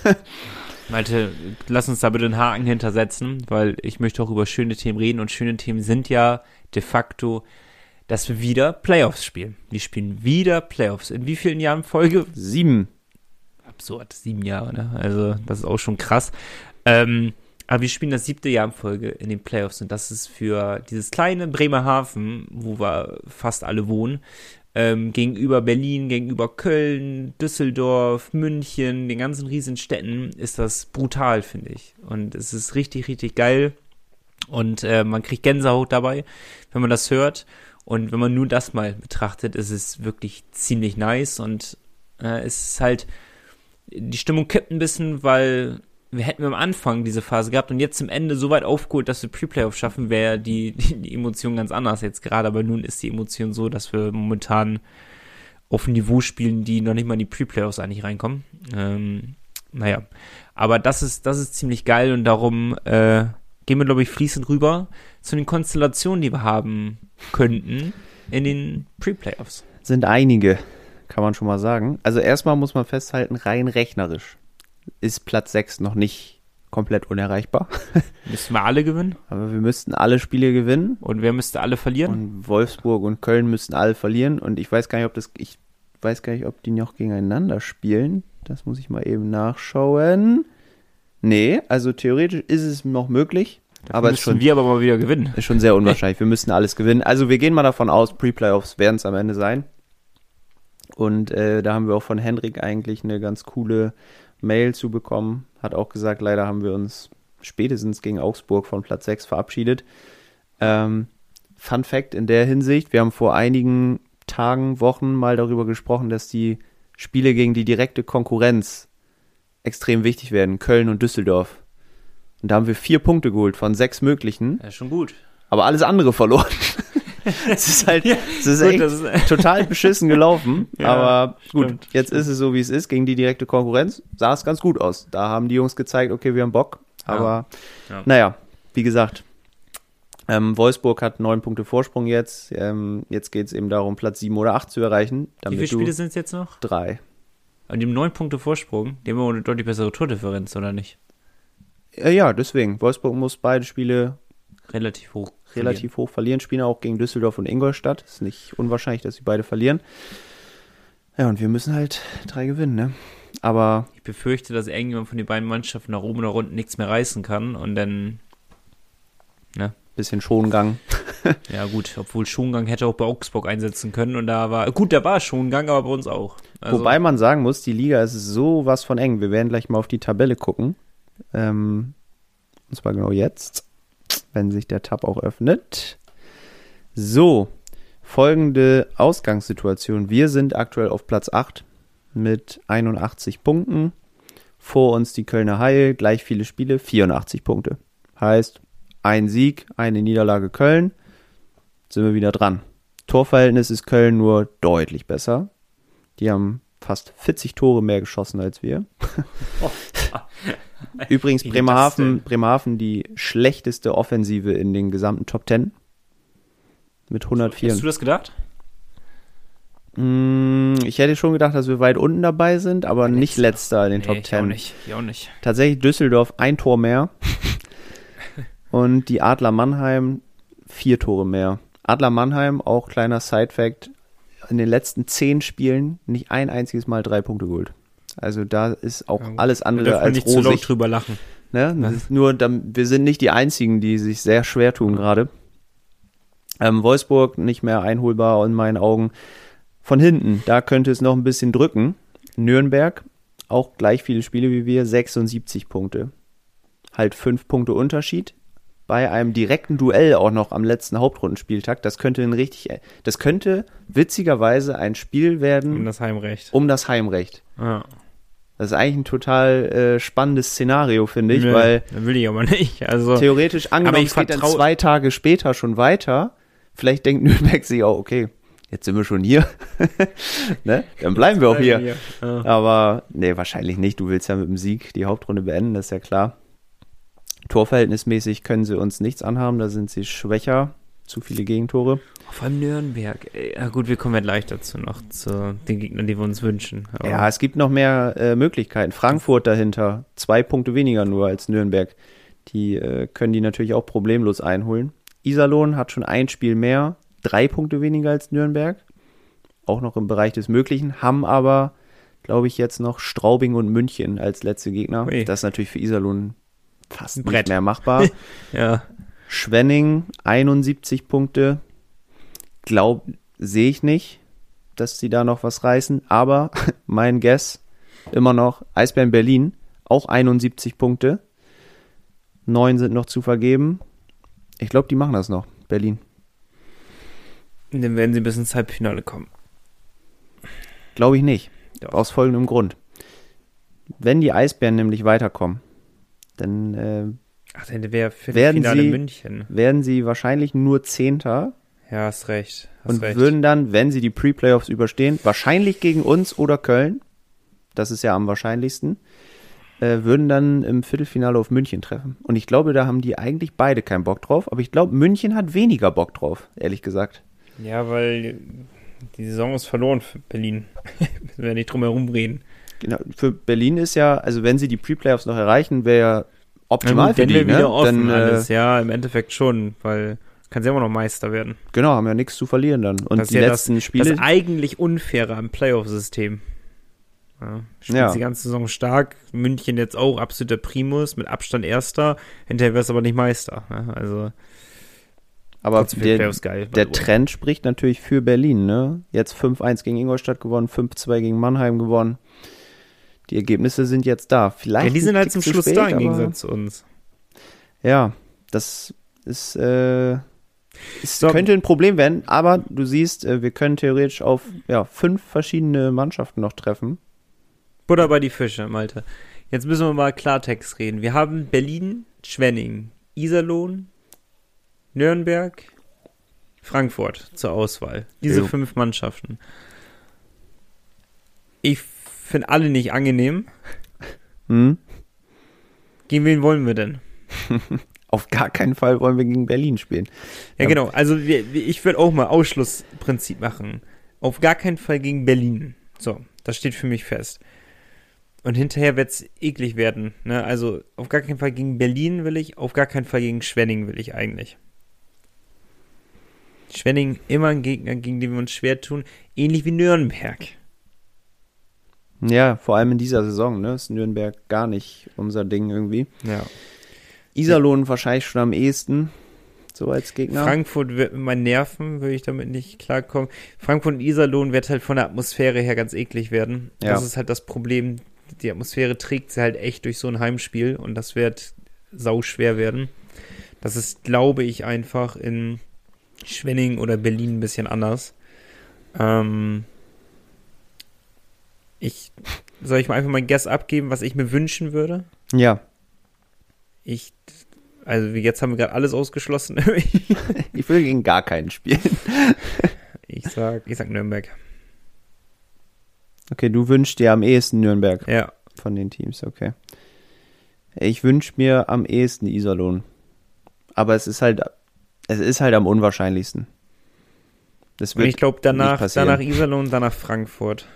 Speaker 1: Malte, lass uns da bitte einen Haken hintersetzen, weil ich möchte auch über schöne Themen reden und schöne Themen sind ja de facto, dass wir wieder Playoffs spielen. Wir spielen wieder Playoffs. In wie vielen Jahren Folge?
Speaker 2: Sieben.
Speaker 1: Absurd, sieben Jahre, ne? Also das ist auch schon krass. Ähm, aber wir spielen das siebte Jahr in Folge in den Playoffs und das ist für dieses kleine Bremerhaven, wo wir fast alle wohnen, ähm, gegenüber Berlin, gegenüber Köln, Düsseldorf, München, den ganzen riesen Städten, ist das brutal, finde ich. Und es ist richtig, richtig geil und äh, man kriegt Gänsehaut dabei, wenn man das hört. Und wenn man nur das mal betrachtet, ist es wirklich ziemlich nice und äh, es ist halt, die Stimmung kippt ein bisschen, weil wir hätten am Anfang diese Phase gehabt und jetzt zum Ende so weit aufgeholt, dass wir Pre-Playoff schaffen, wäre die, die, die Emotion ganz anders jetzt gerade, aber nun ist die Emotion so, dass wir momentan auf ein Niveau spielen, die noch nicht mal in die Pre-Playoffs eigentlich reinkommen. Ähm, naja, aber das ist, das ist ziemlich geil und darum äh, gehen wir, glaube ich, fließend rüber zu den Konstellationen, die wir haben könnten in den Pre-Playoffs.
Speaker 2: Sind einige, kann man schon mal sagen. Also erstmal muss man festhalten, rein rechnerisch ist Platz sechs noch nicht komplett unerreichbar.
Speaker 1: Müssen wir alle gewinnen?
Speaker 2: Aber wir müssten alle Spiele gewinnen.
Speaker 1: Und wer müsste alle verlieren?
Speaker 2: Und Wolfsburg und Köln müssten alle verlieren. Und ich weiß gar nicht, ob das, ich weiß gar nicht, ob die noch gegeneinander spielen. Das muss ich mal eben nachschauen. Nee, also theoretisch ist es noch möglich.
Speaker 1: Dafür
Speaker 2: aber
Speaker 1: müssen
Speaker 2: ist schon,
Speaker 1: wir aber mal wieder gewinnen.
Speaker 2: Ist schon sehr unwahrscheinlich. Wir müssen alles gewinnen. Also wir gehen mal davon aus, Pre-Playoffs werden es am Ende sein. Und äh, da haben wir auch von Hendrik eigentlich eine ganz coole Mail zu bekommen. Hat auch gesagt, leider haben wir uns spätestens gegen Augsburg von Platz sechs verabschiedet. Ähm, Fun Fact in der Hinsicht, wir haben vor einigen Tagen, Wochen mal darüber gesprochen, dass die Spiele gegen die direkte Konkurrenz extrem wichtig werden, Köln und Düsseldorf. Und da haben wir vier Punkte geholt von sechs möglichen.
Speaker 1: Ja, schon gut.
Speaker 2: Aber alles andere verloren. Es ist halt,
Speaker 1: ja,
Speaker 2: es ist
Speaker 1: gut,
Speaker 2: echt
Speaker 1: das ist
Speaker 2: total beschissen gelaufen.
Speaker 1: Ja,
Speaker 2: aber gut,
Speaker 1: stimmt,
Speaker 2: jetzt
Speaker 1: stimmt.
Speaker 2: ist es so, wie es ist. Gegen die direkte Konkurrenz sah es ganz gut aus. Da haben die Jungs gezeigt, okay, wir haben Bock. Aber
Speaker 1: Ja. Ja.
Speaker 2: naja, wie gesagt, Ähm, Wolfsburg hat neun Punkte Vorsprung jetzt. Ähm, jetzt geht es eben darum, Platz sieben oder acht zu erreichen.
Speaker 1: Wie viele Spiele sind es jetzt noch?
Speaker 2: Drei.
Speaker 1: Und die haben neun Punkte Vorsprung, die haben aber eine deutlich bessere Tordifferenz, oder nicht?
Speaker 2: Äh, ja, deswegen. Wolfsburg muss beide Spiele
Speaker 1: relativ hoch
Speaker 2: relativ verlieren. hoch verlieren. Spielen auch gegen Düsseldorf und Ingolstadt. Ist nicht unwahrscheinlich, dass sie beide verlieren. Ja, und wir müssen halt drei gewinnen, ne? Aber
Speaker 1: ich befürchte, dass irgendjemand von den beiden Mannschaften nach oben oder unten nichts mehr reißen kann und dann, ne?
Speaker 2: Bisschen Schongang.
Speaker 1: Ja gut, obwohl Schongang hätte auch bei Augsburg einsetzen können und da war, gut, da war Schongang, aber bei uns auch.
Speaker 2: Also, wobei man sagen muss, die Liga ist sowas von eng. Wir werden gleich mal auf die Tabelle gucken. Ähm, und zwar genau jetzt, wenn sich der Tab auch öffnet. So, folgende Ausgangssituation. Wir sind aktuell auf Platz acht mit einundachtzig Punkten. Vor uns die Kölner Haie, gleich viele Spiele, vierundachtzig Punkte. Heißt, ein Sieg, eine Niederlage Köln, sind wir wieder dran. Torverhältnis ist Köln nur deutlich besser. Die haben fast vierzig Tore mehr geschossen als wir. Übrigens Bremerhaven, Bremerhaven die schlechteste Offensive in den gesamten Top Ten. Mit hundertvier.
Speaker 1: Hast du das gedacht?
Speaker 2: Ich hätte schon gedacht, dass wir weit unten dabei sind, aber letzter. nicht letzter in den nee, Top Ten.
Speaker 1: Ich auch nicht. Ich auch nicht.
Speaker 2: Tatsächlich Düsseldorf ein Tor mehr. Und die Adler Mannheim vier Tore mehr. Adler Mannheim, auch kleiner Side-Fact, in den letzten zehn Spielen nicht ein einziges Mal drei Punkte geholt. Also da ist auch ja, alles andere als
Speaker 1: nicht
Speaker 2: rosig.
Speaker 1: Zu laut drüber lachen.
Speaker 2: Ne? Das ist nur, wir sind nicht die Einzigen, die sich sehr schwer tun gerade. Ähm, Wolfsburg nicht mehr einholbar in meinen Augen. Von hinten, da könnte es noch ein bisschen drücken. Nürnberg, auch gleich viele Spiele wie wir, sechsundsiebzig Punkte. Halt fünf Punkte Unterschied. Bei einem direkten Duell auch noch am letzten Hauptrundenspieltag. Das könnte ein richtig, das könnte witzigerweise ein Spiel werden.
Speaker 1: Um das Heimrecht.
Speaker 2: Um das Heimrecht.
Speaker 1: Ja.
Speaker 2: Das ist eigentlich ein total äh, spannendes Szenario, finde ich, Nö, weil.
Speaker 1: Will ich aber nicht. Also,
Speaker 2: theoretisch angenommen, es geht dann zwei Tage später schon weiter. Vielleicht denkt Nürnberg sich auch, okay, jetzt sind wir schon hier. Ne? Dann bleiben wir auch hier. hier. Ja. Aber nee, wahrscheinlich nicht. Du willst ja mit dem Sieg die Hauptrunde beenden, das ist ja klar. Torverhältnismäßig können sie uns nichts anhaben, da sind sie schwächer, zu viele Gegentore.
Speaker 1: Vor allem Nürnberg, ja gut, wir kommen ja gleich dazu noch, zu den Gegnern, die wir uns wünschen.
Speaker 2: Aber ja, es gibt noch mehr äh, Möglichkeiten. Frankfurt dahinter, zwei Punkte weniger nur als Nürnberg. Die äh, können die natürlich auch problemlos einholen. Iserlohn hat schon ein Spiel mehr, drei Punkte weniger als Nürnberg. Auch noch im Bereich des Möglichen, haben aber, glaube ich, jetzt noch Straubing und München als letzte Gegner. Ui. Das ist natürlich für Iserlohn fast nicht Brett. mehr machbar.
Speaker 1: Ja.
Speaker 2: Schwenning, einundsiebzig Punkte. Glaub, sehe ich nicht, dass sie da noch was reißen. Aber mein Guess, immer noch Eisbären Berlin, auch einundsiebzig Punkte. Neun sind noch zu vergeben. Ich glaube, die machen das noch, Berlin.
Speaker 1: Dann werden sie bis ins Halbfinale kommen.
Speaker 2: Glaube ich nicht.
Speaker 1: Doch.
Speaker 2: Aus folgendem Grund. Wenn die Eisbären nämlich weiterkommen, dann, äh,
Speaker 1: Ach, dann wäre
Speaker 2: werden sie,
Speaker 1: München.
Speaker 2: werden sie wahrscheinlich nur Zehnter.
Speaker 1: Ja, hast recht. Hast
Speaker 2: und
Speaker 1: recht.
Speaker 2: würden dann, wenn sie die Pre-Playoffs überstehen, wahrscheinlich gegen uns oder Köln, das ist ja am wahrscheinlichsten, äh, würden dann im Viertelfinale auf München treffen. Und ich glaube, da haben die eigentlich beide keinen Bock drauf. Aber ich glaube, München hat weniger Bock drauf, ehrlich gesagt.
Speaker 1: Ja, weil die Saison ist verloren für Berlin. Müssen wir nicht drum herum reden.
Speaker 2: Genau, für Berlin ist ja, also wenn sie die Pre-Playoffs noch erreichen, wäre ja optimal
Speaker 1: ja,
Speaker 2: für die.
Speaker 1: Wieder
Speaker 2: ne?
Speaker 1: offen
Speaker 2: Dann,
Speaker 1: alles. Äh, ja, im Endeffekt schon, weil kann sie immer noch Meister werden.
Speaker 2: Genau, haben ja nichts zu verlieren dann. Und
Speaker 1: das
Speaker 2: die
Speaker 1: ja
Speaker 2: letzten
Speaker 1: das,
Speaker 2: Spiele.
Speaker 1: Das eigentlich Unfaire am Playoff-System. Ja, spielt ja. die ganze Saison stark. München jetzt auch absoluter Primus, mit Abstand Erster. Hinterher wäre es aber nicht Meister. Ja, also.
Speaker 2: Aber der, geil, der Trend spricht natürlich für Berlin, ne? Jetzt fünf eins gegen Ingolstadt gewonnen, fünf zwei gegen Mannheim gewonnen. Die Ergebnisse sind jetzt da. Vielleicht
Speaker 1: ja, die sind halt zum Schluss spät, da im Gegensatz zu uns.
Speaker 2: Ja, das ist, äh, es so. könnte ein Problem werden, aber du siehst, wir können theoretisch auf ja, fünf verschiedene Mannschaften noch treffen.
Speaker 1: Butter bei die Fische, Malte. Jetzt müssen wir mal Klartext reden. Wir haben Berlin, Schwenning, Iserlohn, Nürnberg, Frankfurt zur Auswahl. Diese jo. fünf Mannschaften. Ich finde alle nicht angenehm.
Speaker 2: Hm?
Speaker 1: Gegen wen wollen wir denn?
Speaker 2: auf gar keinen Fall wollen wir gegen Berlin spielen.
Speaker 1: Ja, genau. Also wir, ich würde auch mal Ausschlussprinzip machen. Auf gar keinen Fall gegen Berlin. So, das steht für mich fest. Und hinterher wird es eklig werden. Ne? Also auf gar keinen Fall gegen Berlin will ich, auf gar keinen Fall gegen Schwenning will ich eigentlich. Schwenning immer ein Gegner, gegen den wir uns schwer tun. Ähnlich wie Nürnberg.
Speaker 2: Ja, vor allem in dieser Saison, ne? Ist Nürnberg gar nicht unser Ding irgendwie.
Speaker 1: Ja.
Speaker 2: Iserlohn wahrscheinlich schon am ehesten, so als Gegner.
Speaker 1: Frankfurt wird mit meinen Nerven, würde ich damit nicht klarkommen. Frankfurt und Iserlohn wird halt von der Atmosphäre her ganz eklig werden.
Speaker 2: Ja.
Speaker 1: Das ist halt das Problem. Die Atmosphäre trägt sie halt echt durch so ein Heimspiel und das wird sauschwer werden. Das ist, glaube ich, einfach in Schwenning oder Berlin ein bisschen anders. Ähm, ich, soll ich mal einfach meinen Guess abgeben, was ich mir wünschen würde?
Speaker 2: Ja.
Speaker 1: Ich, also wie jetzt haben wir gerade alles ausgeschlossen.
Speaker 2: Ich will gegen gar keinen spielen.
Speaker 1: Ich sag, ich sag Nürnberg.
Speaker 2: Okay, du wünschst dir am ehesten Nürnberg.
Speaker 1: Ja.
Speaker 2: Von den Teams, okay. Ich wünsche mir am ehesten Iserlohn. Aber es ist halt, es ist halt am unwahrscheinlichsten. Das wird
Speaker 1: Und ich glaube danach,
Speaker 2: nicht passieren.
Speaker 1: danach Iserlohn, danach Frankfurt.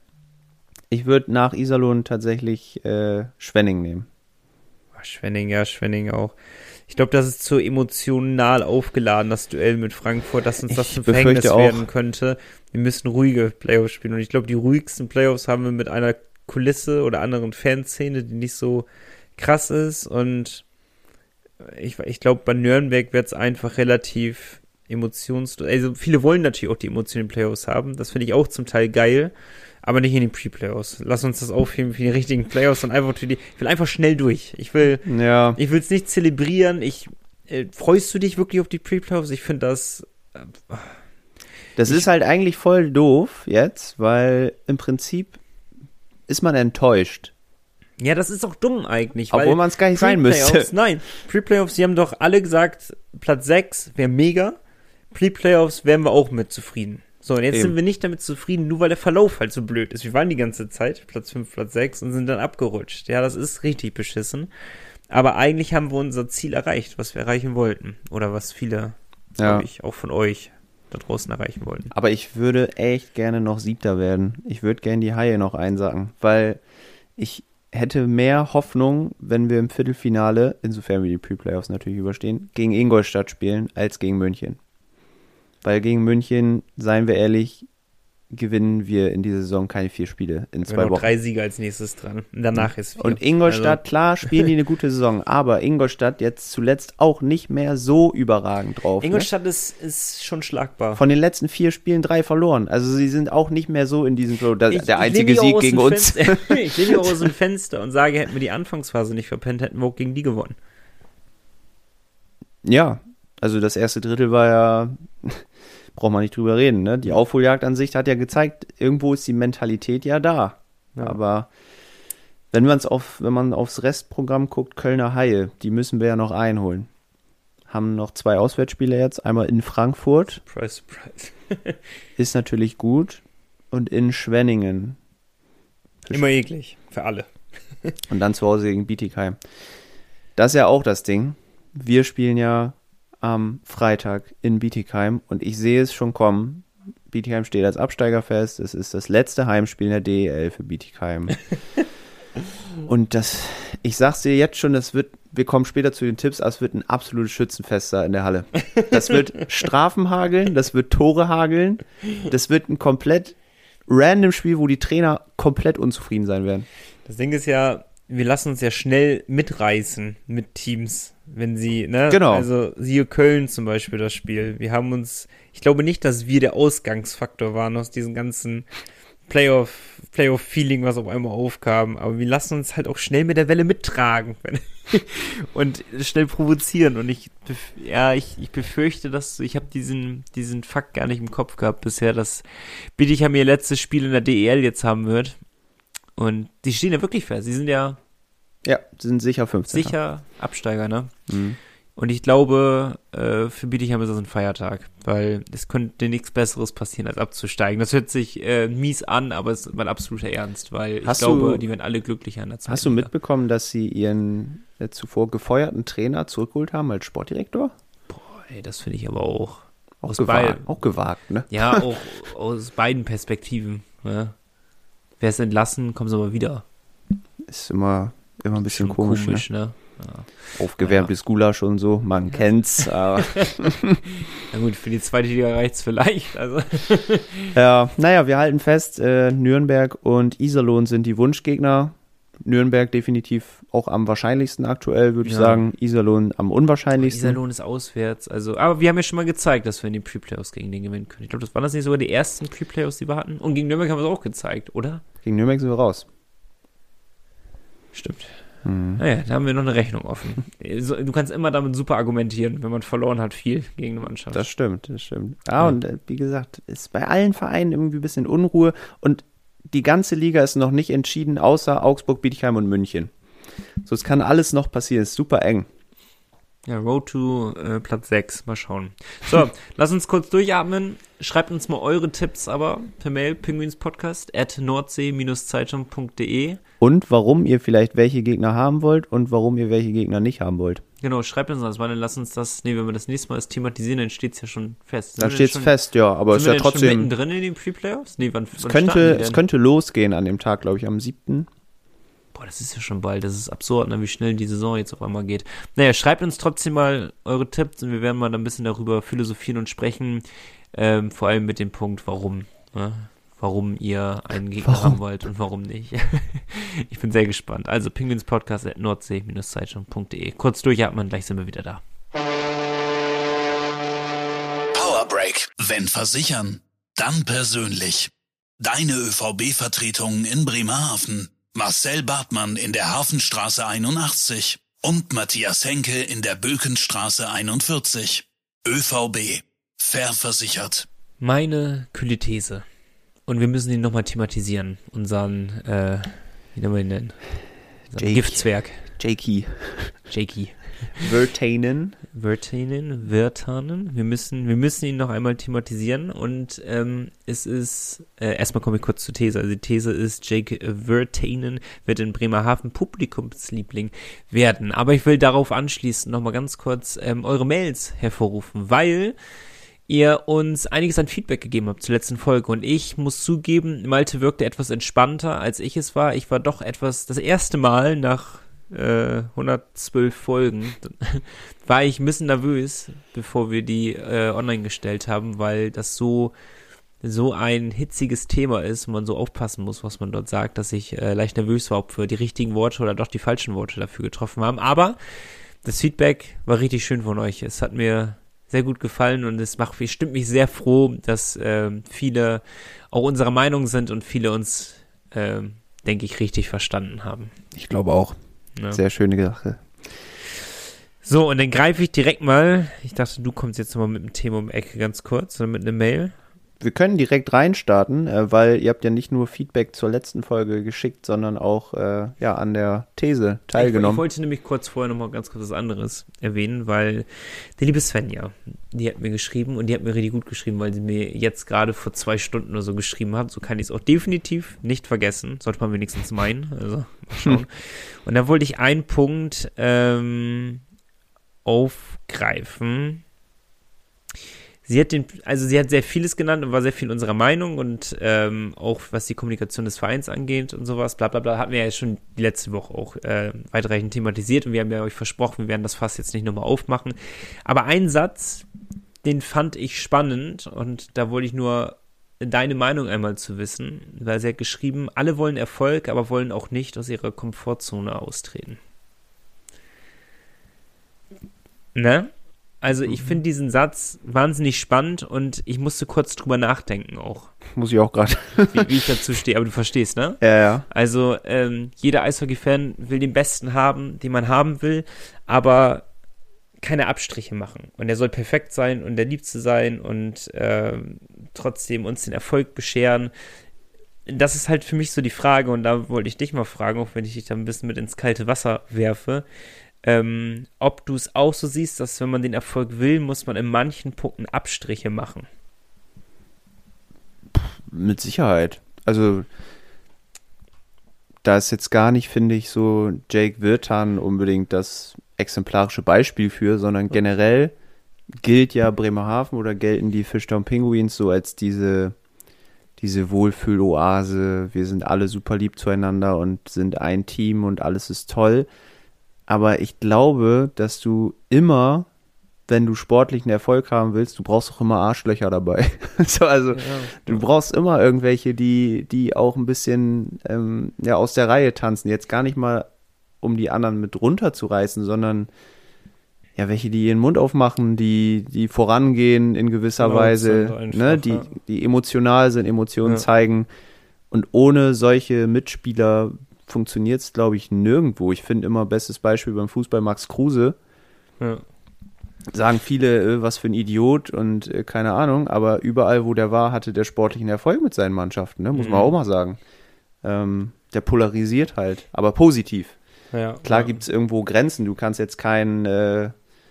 Speaker 2: Ich würde nach Iserlohn tatsächlich äh, Schwenning nehmen.
Speaker 1: Schwenning, ja, Schwenning auch. Ich glaube, das ist zu emotional aufgeladen, das Duell mit Frankfurt, dass uns
Speaker 2: Ich
Speaker 1: das zum Verhängnis
Speaker 2: befürchte auch.
Speaker 1: werden könnte. Wir müssen ruhige Playoffs spielen und ich glaube, die ruhigsten Playoffs haben wir mit einer Kulisse oder anderen Fanszene, die nicht so krass ist und ich, ich glaube, bei Nürnberg wird es einfach relativ emotionslos. Also viele wollen natürlich auch die Emotionen in den Playoffs haben, das finde ich auch zum Teil geil, aber nicht in den Pre-Playoffs. Lass uns das aufheben für die richtigen Playoffs und einfach für die, ich will einfach schnell durch. Ich will,
Speaker 2: Ja.
Speaker 1: ich will es nicht zelebrieren. Ich, äh, freust du dich wirklich auf die Pre-Playoffs? Ich finde das, äh,
Speaker 2: Das
Speaker 1: Ich-
Speaker 2: ist halt eigentlich voll doof jetzt, weil im Prinzip ist man enttäuscht.
Speaker 1: ja, das ist auch dumm eigentlich.
Speaker 2: Obwohl
Speaker 1: weil
Speaker 2: man es gar nicht sein
Speaker 1: Pre-Playoffs-
Speaker 2: müsste.
Speaker 1: Nein, Pre-Playoffs, die haben doch alle gesagt, Platz sechs wäre mega. Pre-Playoffs wären wir auch mit zufrieden. So, und jetzt
Speaker 2: Eben.
Speaker 1: sind wir nicht damit zufrieden, nur weil der Verlauf halt so blöd ist. Wir waren die ganze Zeit Platz fünf, Platz sechs und sind dann abgerutscht. Ja, das ist richtig beschissen. Aber eigentlich haben wir unser Ziel erreicht, was wir erreichen wollten. Oder was viele,
Speaker 2: Ja.
Speaker 1: glaube ich, auch von euch da draußen erreichen wollten.
Speaker 2: Aber ich würde echt gerne noch Siebter werden. Ich würde gerne die Haie noch einsacken, weil ich hätte mehr Hoffnung, wenn wir im Viertelfinale, insofern wir die Pre-Playoffs natürlich überstehen, gegen Ingolstadt spielen, als gegen München. Weil gegen München, seien wir ehrlich, gewinnen wir in dieser Saison keine vier Spiele in
Speaker 1: Wir
Speaker 2: zwei
Speaker 1: haben noch
Speaker 2: Wochen.
Speaker 1: drei Siege als nächstes dran. Und danach ist vier.
Speaker 2: Und Ingolstadt, klar, spielen die eine gute Saison, aber Ingolstadt jetzt zuletzt auch nicht mehr so überragend drauf.
Speaker 1: Also, Ingolstadt ist, ist schon schlagbar.
Speaker 2: Ne? Von den letzten vier Spielen drei verloren. Also sie sind auch nicht mehr so in diesem Flow. Das,
Speaker 1: Ich-
Speaker 2: der
Speaker 1: ich
Speaker 2: einzige
Speaker 1: lehne mich
Speaker 2: Sieg
Speaker 1: auch aus
Speaker 2: gegen
Speaker 1: dem
Speaker 2: uns.
Speaker 1: Fenster- ich lehne mich auch aus dem Fenster und sage, hätten wir die Anfangsphase nicht verpennt, hätten wir auch gegen die gewonnen.
Speaker 2: Ja, also das erste Drittel war ja, braucht man nicht drüber reden, ne? Die Aufholjagd an sich hat ja gezeigt, irgendwo ist die Mentalität ja da.
Speaker 1: Ja.
Speaker 2: Aber wenn man's auf, wenn man aufs Restprogramm guckt, Kölner Haie, die müssen wir ja noch einholen. Haben noch zwei Auswärtsspiele jetzt, einmal in Frankfurt,
Speaker 1: Surprise, surprise.
Speaker 2: ist natürlich gut, und in Schwenningen.
Speaker 1: Immer eklig. Für alle.
Speaker 2: Und dann zu Hause gegen Bietigheim. Das ist ja auch das Ding. Wir spielen ja am Freitag in Bietigheim und ich sehe es schon kommen. Bietigheim steht als Absteiger fest. Es ist das letzte Heimspiel in der D E L für Bietigheim. Und das, ich sag's dir jetzt schon, das wird, wir kommen später zu den Tipps, aber es wird ein absolutes Schützenfest da in der Halle. Das wird Strafen hageln, das wird Tore hageln, das wird ein komplett random Spiel, wo die Trainer komplett unzufrieden sein werden.
Speaker 1: Das Ding ist ja, wir lassen uns ja schnell mitreißen mit Teams, wenn sie, ne?
Speaker 2: Genau.
Speaker 1: Also siehe Köln zum Beispiel das Spiel. Wir haben uns, ich glaube nicht, dass wir der Ausgangsfaktor waren aus diesem ganzen Playoff, Playoff-Feeling, was auf einmal aufkam. Aber wir lassen uns halt auch schnell mit der Welle mittragen und schnell provozieren. Und ich, bef- ja, ich, ich befürchte, dass ich habe diesen, diesen Fakt gar nicht im Kopf gehabt bisher, dass Bietigheim ihr letztes Spiel in der D E L jetzt haben wird. Und die stehen ja wirklich fest. Sie sind ja
Speaker 2: Ja, sie sind sicher fünfzehn.
Speaker 1: sicher Absteiger, ne?
Speaker 2: Mhm.
Speaker 1: Und ich glaube, äh, für Bietigheim ist das ein Feiertag, weil es könnte nichts Besseres passieren, als abzusteigen. Das hört sich äh, mies an, aber es ist mein absoluter Ernst, weil
Speaker 2: Hast
Speaker 1: ich glaube,
Speaker 2: du-
Speaker 1: die werden alle glücklicher in der zweiten
Speaker 2: Hast du
Speaker 1: Liga.
Speaker 2: mitbekommen, dass sie ihren äh, zuvor gefeuerten Trainer zurückgeholt haben als Sportdirektor?
Speaker 1: Boah, ey, das finde ich aber auch.
Speaker 2: Auch
Speaker 1: Aus
Speaker 2: gewagt,
Speaker 1: beiden.
Speaker 2: auch gewagt, ne?
Speaker 1: Ja, auch aus beiden Perspektiven. Ne? Wer ist entlassen, kommen sie aber wieder.
Speaker 2: Ist immer, immer ein bisschen
Speaker 1: Schon
Speaker 2: komisch,
Speaker 1: komisch,
Speaker 2: ne?
Speaker 1: ne? Ja.
Speaker 2: Aufgewärmtes Gulasch und so, man kennt's. Aber,
Speaker 1: Na gut, für die zweite Liga reicht's vielleicht. Also.
Speaker 2: ja, naja, wir halten fest, äh, Nürnberg und Iserlohn sind die Wunschgegner. Nürnberg definitiv auch am wahrscheinlichsten aktuell, würde ich
Speaker 1: Ja.
Speaker 2: sagen. Iserlohn am unwahrscheinlichsten.
Speaker 1: Iserlohn ist auswärts. Also, aber wir haben ja schon mal gezeigt, dass wir in den Pre-Playoffs gegen den gewinnen können. Ich glaube, das waren das nicht sogar die ersten Pre-Playoffs, die wir hatten. Und gegen Nürnberg haben wir es auch gezeigt, oder?
Speaker 2: Gegen Nürnberg sind wir raus.
Speaker 1: Stimmt.
Speaker 2: Mhm.
Speaker 1: Naja, da haben wir noch eine Rechnung offen. So, du kannst immer damit super argumentieren, wenn man verloren hat, viel gegen eine Mannschaft.
Speaker 2: Das stimmt, das stimmt. Ah,
Speaker 1: Ja.
Speaker 2: und äh, wie gesagt, ist bei allen Vereinen irgendwie ein bisschen Unruhe und die ganze Liga ist noch nicht entschieden, außer Augsburg, Bietigheim und München. So, es kann alles noch passieren, ist super eng.
Speaker 1: Ja, Road to äh, Platz sechs. Mal schauen. So, lass uns kurz durchatmen. Schreibt uns mal eure Tipps aber per Mail, pinguinspodcast at nordsee-zeitung punkt de.
Speaker 2: Und warum ihr vielleicht welche Gegner haben wollt und warum ihr welche Gegner nicht haben wollt.
Speaker 1: Genau, schreibt uns das, weil dann lass uns das, nee, wenn wir das nächste Mal das thematisieren, dann steht's ja schon fest.
Speaker 2: Da
Speaker 1: Sind wir
Speaker 2: steht's
Speaker 1: denn schon-
Speaker 2: fest, ja, aber ist
Speaker 1: sind wir
Speaker 2: ja
Speaker 1: denn schon
Speaker 2: trotzdem.
Speaker 1: mittendrin in den Pre-Playoffs? Nee, wann,
Speaker 2: Es
Speaker 1: wann
Speaker 2: könnte,
Speaker 1: starten die
Speaker 2: es
Speaker 1: denn?
Speaker 2: könnte losgehen an dem Tag, glaube ich, am siebten
Speaker 1: Boah, das ist ja schon bald. Das ist absurd, ne, wie schnell die Saison jetzt auf einmal geht. Naja, schreibt uns trotzdem mal eure Tipps und wir werden mal da ein bisschen darüber philosophieren und sprechen. Ähm, vor allem mit dem Punkt, warum. Ne? Warum ihr einen Gegner
Speaker 2: Warum?
Speaker 1: haben wollt und warum nicht. Ich bin sehr gespannt. Also pinguinspodcast at nordsee-zeitung punkt de. Kurz durchatmen, gleich sind wir wieder da.
Speaker 3: Power Break. Wenn versichern, dann persönlich. Deine ÖVB-Vertretung in Bremerhaven. Marcel Bartmann in der Hafenstraße einundachtzig und Matthias Henke in der Bökenstraße einundvierzig. ÖVB. Fair versichert.
Speaker 1: Meine kühle These. Und wir müssen ihn nochmal thematisieren. Unseren, äh, wie nennen wir ihn denn? Unseren
Speaker 2: Jake.
Speaker 1: Giftzwerg.
Speaker 2: Jakey.
Speaker 1: Jakey.
Speaker 2: Virtanen.
Speaker 1: Virtanen, Virtanen. Wir müssen, wir müssen ihn noch einmal thematisieren und ähm, es ist, äh, erstmal komme ich kurz zur These. Also die These ist, Jake Virtanen wird in Bremerhaven Publikumsliebling werden. Aber ich will darauf anschließend nochmal ganz kurz ähm, eure Mails hervorrufen, weil ihr uns einiges an Feedback gegeben habt zur letzten Folge und ich muss zugeben, Malte wirkte etwas entspannter, als ich es war. Ich war doch etwas, das erste Mal nach äh, hundertzwölf Folgen, war ich ein bisschen nervös, bevor wir die äh, online gestellt haben, weil das so so ein hitziges Thema ist und man so aufpassen muss, was man dort sagt, dass ich äh, leicht nervös war, ob wir die richtigen Worte oder doch die falschen Worte dafür getroffen haben. Aber das Feedback war richtig schön von euch. Es hat mir sehr gut gefallen und es macht, stimmt mich sehr froh, dass äh, viele auch unserer Meinung sind und viele uns, äh, denke ich, richtig verstanden haben.
Speaker 2: Ich glaube auch.
Speaker 1: Ja.
Speaker 2: Sehr schöne Sache.
Speaker 1: So, und dann greife ich direkt mal, ich dachte, du kommst jetzt nochmal mit dem Thema um die Ecke ganz kurz, oder mit einer Mail.
Speaker 2: Wir können direkt reinstarten, äh, weil ihr habt ja nicht nur Feedback zur letzten Folge geschickt, sondern auch äh, ja, an der These
Speaker 1: Ich, ich
Speaker 2: teilgenommen.
Speaker 1: wollte nämlich kurz vorher nochmal ganz kurz was anderes erwähnen, weil die liebe Svenja, die hat mir geschrieben und die hat mir richtig gut geschrieben, weil sie mir jetzt gerade vor zwei Stunden oder so geschrieben hat. So kann ich es auch definitiv nicht vergessen. Sollte man wenigstens meinen. Also, mal schauen. Und da wollte ich einen Punkt ähm, aufgreifen. Sie hat den, also sie hat sehr vieles genannt und war sehr viel unserer Meinung und ähm, auch was die Kommunikation des Vereins angeht und sowas, bla bla bla, hatten wir ja schon die letzte Woche auch äh, weitreichend thematisiert und wir haben ja euch versprochen, wir werden das Fass jetzt nicht nochmal aufmachen. Aber ein Satz, den fand ich spannend und da wollte ich nur deine Meinung einmal zu wissen, weil sie hat geschrieben, alle wollen Erfolg, aber wollen auch nicht aus ihrer Komfortzone austreten. Ne? Also ich finde diesen Satz wahnsinnig spannend und ich musste kurz drüber nachdenken auch,
Speaker 2: Muss ich auch gerade.
Speaker 1: wie, wie ich dazu stehe. Aber du verstehst, ne?
Speaker 2: Ja, ja.
Speaker 1: Also ähm, jeder Eishockey-Fan will den Besten haben, den man haben will, aber keine Abstriche machen. Und er soll perfekt sein und der Liebste sein und ähm, trotzdem uns den Erfolg bescheren. Das ist halt für mich so die Frage und da wollte ich dich mal fragen, auch wenn ich dich da ein bisschen mit ins kalte Wasser werfe. ähm, ob du es auch so siehst, dass wenn man den Erfolg will, muss man in manchen Punkten Abstriche machen.
Speaker 2: Mit Sicherheit. Also da ist jetzt gar nicht, finde ich, so Jake Virtan unbedingt das exemplarische Beispiel für, sondern generell gilt ja Bremerhaven oder gelten die Fishtown Penguins so als diese, diese Wohlfühloase. Wir sind alle super lieb zueinander und sind ein Team und alles ist toll. Aber ich glaube, dass du immer, wenn du sportlichen Erfolg haben willst, du brauchst auch immer Arschlöcher dabei. so, also ja, du brauchst immer irgendwelche, die, die auch ein bisschen ähm, ja, aus der Reihe tanzen. Jetzt gar nicht mal, um die anderen mit runterzureißen, sondern ja, welche, die ihren Mund aufmachen, die, die vorangehen in gewisser genau, Weise, einfach, ne, die, ja. die emotional sind, Emotionen ja. zeigen. Und ohne solche Mitspieler funktioniert es, glaube ich, nirgendwo. Ich finde immer, bestes Beispiel beim Fußball Max Kruse. Ja. Sagen viele, was für ein Idiot und äh, keine Ahnung, aber überall, wo der war, hatte der sportlichen Erfolg mit seinen Mannschaften, ne? Muss mhm. man auch mal sagen. Ähm, der polarisiert halt, aber positiv. Ja, Klar ja. gibt es irgendwo Grenzen. Du kannst jetzt keinen äh,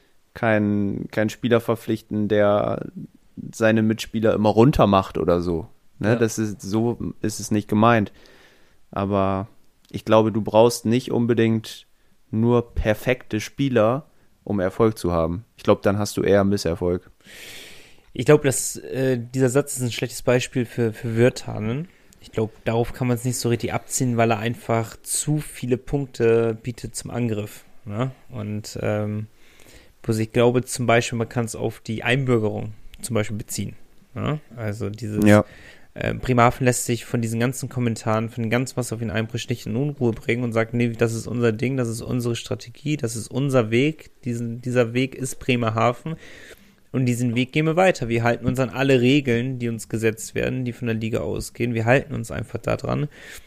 Speaker 2: kein, kein Spieler verpflichten, der seine Mitspieler immer runter macht oder so. Ne? Ja. Das ist, so ist es nicht gemeint. Aber ich glaube, du brauchst nicht unbedingt nur perfekte Spieler, um Erfolg zu haben. Ich glaube, dann hast du eher Misserfolg.
Speaker 1: Ich glaube, dass äh, dieser Satz ist ein schlechtes Beispiel für, für Virtanen. Ich glaube, darauf kann man es nicht so richtig abziehen, weil er einfach zu viele Punkte bietet zum Angriff. Ne? Und ähm, ich glaube zum Beispiel, man kann es auf die Einbürgerung zum Beispiel beziehen. Ne? Also dieses ja. äh, Bremerhaven lässt sich von diesen ganzen Kommentaren, von dem ganzen, was auf ihn einbricht, nicht in Unruhe bringen und sagt, nee, das ist unser Ding, das ist unsere Strategie, das ist unser Weg, diesen, dieser Weg ist Bremerhaven. Und diesen Weg gehen wir weiter. Wir halten uns an alle Regeln, die uns gesetzt werden, die von der Liga ausgehen. Wir halten uns einfach da dran.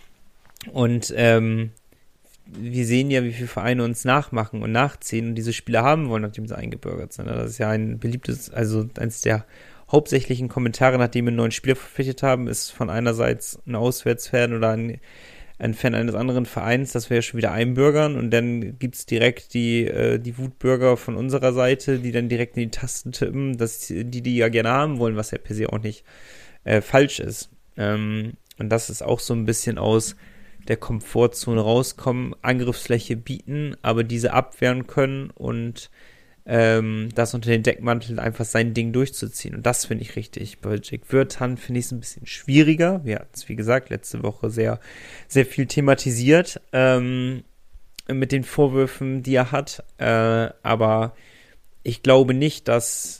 Speaker 1: Und ähm, wir sehen ja, wie viele Vereine uns nachmachen und nachziehen und diese Spieler haben wollen, nachdem sie eingebürgert sind. Das ist ja ein beliebtes, also eines der hauptsächlichen Kommentare, nachdem wir einen neuen Spieler verpflichtet haben, ist von einerseits ein Auswärtsfan oder ein ein Fan eines anderen Vereins, dass wir ja schon wieder einbürgern und dann gibt's direkt die äh, die Wutbürger von unserer Seite, die dann direkt in die Tasten tippen, dass die die ja gerne haben wollen, was ja per se auch nicht äh, falsch ist. Ähm, und das ist auch so ein bisschen aus der Komfortzone rauskommen, Angriffsfläche bieten, aber diese abwehren können und ähm, das unter den Deckmantel einfach sein Ding durchzuziehen. Und das finde ich richtig. Bei Jake Virtan finde ich es ein bisschen schwieriger. Wir hatten es, wie gesagt, letzte Woche sehr, sehr viel thematisiert ähm, mit den Vorwürfen, die er hat. Äh, aber ich glaube nicht, dass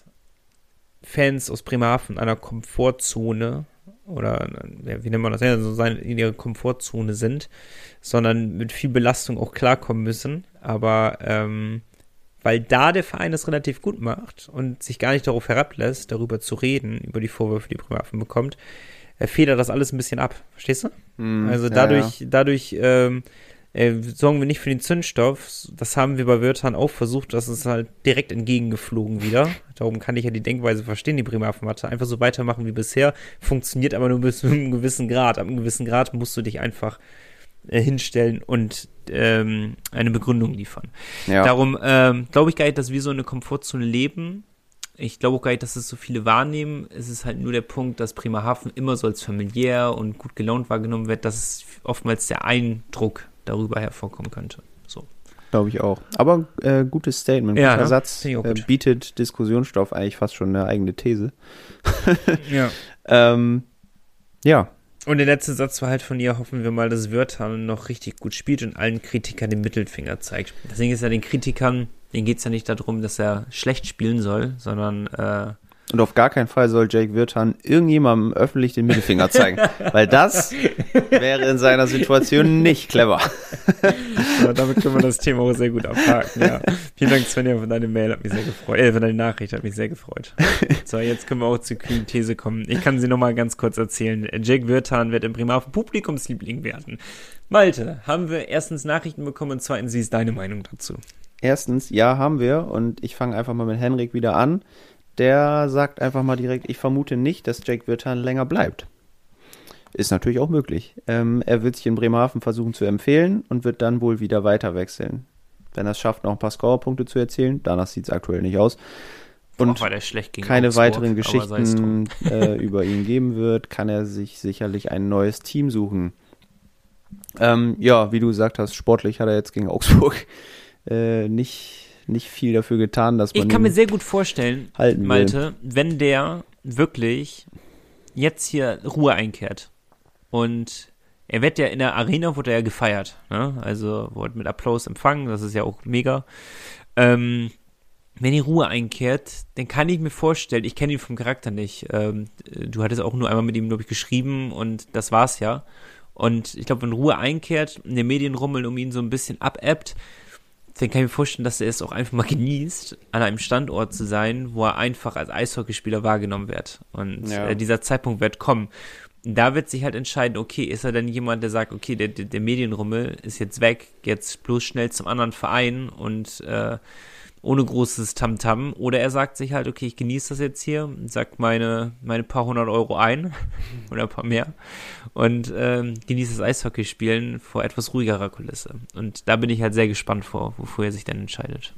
Speaker 1: Fans aus Bremerhaven in einer Komfortzone oder wie nennt man das, ja, so in ihrer Komfortzone sind, sondern mit viel Belastung auch klarkommen müssen. Aber ähm, weil da der Verein es relativ gut macht und sich gar nicht darauf herablässt, darüber zu reden, über die Vorwürfe, die Bremerhaven bekommt, äh, federt das alles ein bisschen ab. Verstehst du? Mm, also dadurch, ja, ja. dadurch ähm, äh, sorgen wir nicht für den Zündstoff. Das haben wir bei Virtan auch versucht, das ist halt direkt entgegengeflogen wieder. Darum kann ich ja die Denkweise verstehen, die Bremerhaven hatte. Einfach so weitermachen wie bisher, funktioniert aber nur bis zu einem gewissen Grad. Ab einem gewissen Grad musst du dich einfach hinstellen und ähm, eine Begründung liefern. Ja. Darum ähm, glaube ich gar nicht, dass wir so eine Komfortzone leben. Ich glaube auch gar nicht, dass es so viele wahrnehmen. Es ist halt nur der Punkt, dass Bremerhaven immer so als familiär und gut gelaunt wahrgenommen wird, dass es oftmals der Eindruck darüber hervorkommen könnte. So.
Speaker 2: Glaube ich auch. Aber äh, gutes Statement.
Speaker 1: Ja,
Speaker 2: guter Satz äh, bietet Diskussionsstoff, eigentlich fast schon eine eigene These.
Speaker 1: ja.
Speaker 2: ähm, ja.
Speaker 1: Und der letzte Satz war halt von ihr, hoffen wir mal, dass Virtan noch richtig gut spielt und allen Kritikern den Mittelfinger zeigt. Deswegen ist ja den Kritikern, denen geht es ja nicht darum, dass er schlecht spielen soll, sondern äh,
Speaker 2: und auf gar keinen Fall soll Jake Virtan irgendjemandem öffentlich den Mittelfinger zeigen, weil das wäre in seiner Situation nicht clever.
Speaker 1: So, damit können wir das Thema auch sehr gut abhaken, ja. Vielen Dank, Svenja, für deine Mail, hat mich sehr gefreut, äh, für deine Nachricht, hat mich sehr gefreut. So, jetzt können wir auch zur kühlen These kommen. Ich kann sie nochmal ganz kurz erzählen. Jake Virtan wird im Bremerhaven Publikumsliebling werden. Malte, haben wir erstens Nachrichten bekommen und zweitens, wie ist deine Meinung dazu?
Speaker 2: Erstens, ja, haben wir und ich fange einfach mal mit Henrik wieder an. Der sagt einfach mal direkt, ich vermute nicht, dass Jake Virtan länger bleibt. Ist natürlich auch möglich. Ähm, er wird sich in Bremerhaven versuchen zu empfehlen und wird dann wohl wieder weiter wechseln. wenn er es schafft, noch ein paar Scorerpunkte zu erzielen. Danach sieht es aktuell nicht aus. Und
Speaker 1: war der schlecht gegen
Speaker 2: keine
Speaker 1: Augsburg,
Speaker 2: weiteren Geschichten äh, über ihn geben wird, kann er sich sicherlich ein neues Team suchen. Ähm, ja, wie du gesagt hast, sportlich hat er jetzt gegen Augsburg äh, nicht, nicht viel dafür getan, dass man
Speaker 1: Ich kann mir sehr gut vorstellen,
Speaker 2: halten
Speaker 1: Malte, wenn der wirklich jetzt hier Ruhe einkehrt und er wird ja in der Arena, wurde er ja gefeiert, ne? Also wurde mit Applaus empfangen, das ist ja auch mega. Ähm, wenn die Ruhe einkehrt, dann kann ich mir vorstellen, ich kenne ihn vom Charakter nicht, ähm, du hattest auch nur einmal mit ihm, glaube ich, geschrieben und das war's ja. Und ich glaube, wenn Ruhe einkehrt, in der Medienrummel um ihn so ein bisschen abebbt, dann kann ich mir vorstellen, dass er es auch einfach mal genießt, an einem Standort zu sein, wo er einfach als Eishockeyspieler wahrgenommen wird. Und
Speaker 2: ja.
Speaker 1: äh, dieser Zeitpunkt wird kommen. Da wird sich halt entscheiden, okay, ist er denn jemand, der sagt, okay, der, der, der Medienrummel ist jetzt weg, jetzt bloß schnell zum anderen Verein und äh, ohne großes Tamtam, oder er sagt sich halt, okay, ich genieße das jetzt hier, sagt meine, meine paar hundert Euro ein oder ein paar mehr und ähm, genieße das Eishockeyspielen vor etwas ruhigerer Kulisse. Und da bin ich halt sehr gespannt vor, wofür er sich dann entscheidet.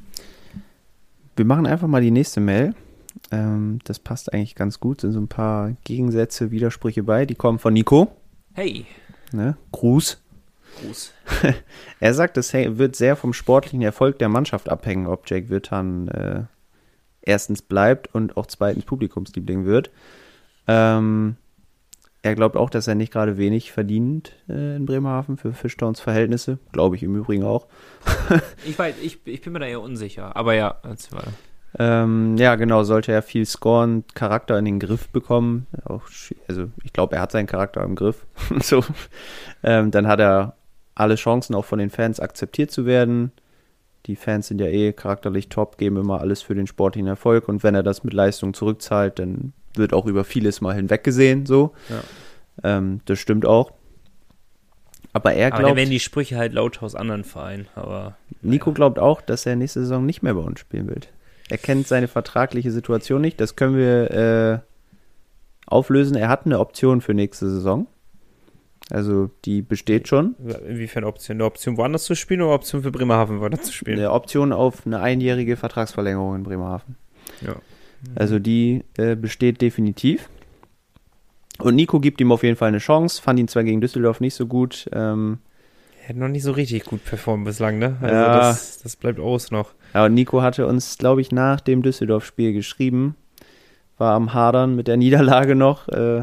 Speaker 2: Wir machen einfach mal die nächste Mail. Ähm, das passt eigentlich ganz gut, sind so ein paar Gegensätze, Widersprüche bei, die kommen von Nico.
Speaker 1: Hey.
Speaker 2: Ne? Gruß.
Speaker 1: Gruß.
Speaker 2: Er sagt, es wird sehr vom sportlichen Erfolg der Mannschaft abhängen, ob Jake Virtanen äh, erstens bleibt und auch zweitens Publikumsliebling wird. Ähm, er glaubt auch, dass er nicht gerade wenig verdient äh, in Bremerhaven für Fischtowns Verhältnisse. Glaube ich im Übrigen auch.
Speaker 1: ich, weiß, ich, ich bin mir da eher unsicher, aber ja, erzähl weiter.
Speaker 2: Ähm, ja, genau, sollte er viel scoren, Charakter in den Griff bekommen. Auch, also ich glaube, er hat seinen Charakter im Griff. so, ähm, dann hat er alle Chancen auch von den Fans akzeptiert zu werden. Die Fans sind ja eh charakterlich top, geben immer alles für den sportlichen Erfolg und wenn er das mit Leistung zurückzahlt, dann wird auch über vieles mal hinweggesehen, so. Ja. Ähm, das stimmt auch. Aber er glaubt...
Speaker 1: Aber dann werden die Sprüche halt laut aus anderen Vereinen, aber...
Speaker 2: Nico
Speaker 1: ja.
Speaker 2: glaubt auch, dass er nächste Saison nicht mehr bei uns spielen wird. Er kennt seine vertragliche Situation nicht, das können wir äh, auflösen. Er hat eine Option für nächste Saison. Also die besteht schon.
Speaker 1: Inwiefern Option? Eine Option woanders zu spielen oder Option für Bremerhaven weiter zu spielen?
Speaker 2: Eine Option auf eine einjährige Vertragsverlängerung in Bremerhaven.
Speaker 1: Ja.
Speaker 2: Also die äh, besteht definitiv. Und Nico gibt ihm auf jeden Fall eine Chance. Fand ihn zwar gegen Düsseldorf nicht so gut. Ähm,
Speaker 1: er hat noch nicht so richtig gut performt bislang, ne? Also
Speaker 2: ja,
Speaker 1: das, das bleibt aus noch.
Speaker 2: Ja, und Nico hatte uns, glaube ich, nach dem Düsseldorf-Spiel geschrieben. War am Hadern mit der Niederlage noch. Äh,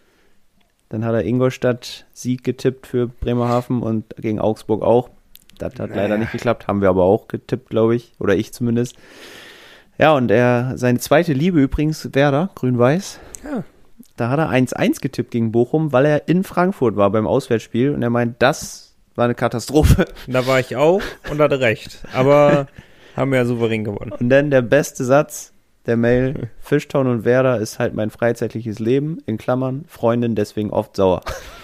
Speaker 2: Dann hat er Ingolstadt Sieg getippt für Bremerhaven und gegen Augsburg auch. Das hat naja. leider nicht geklappt, haben wir aber auch getippt, glaube ich, oder ich zumindest. Ja, und er, seine zweite Liebe übrigens, Werder, grün-weiß.
Speaker 1: Ja.
Speaker 2: Da hat er eins eins getippt gegen Bochum, weil er in Frankfurt war beim Auswärtsspiel und er meint, das war eine Katastrophe.
Speaker 1: Da war ich auch und hatte recht, aber haben wir ja souverän gewonnen.
Speaker 2: Und dann der beste Satz der Mail, Fishtown und Werder ist halt mein freizeitliches Leben, in Klammern, Freundin deswegen oft sauer.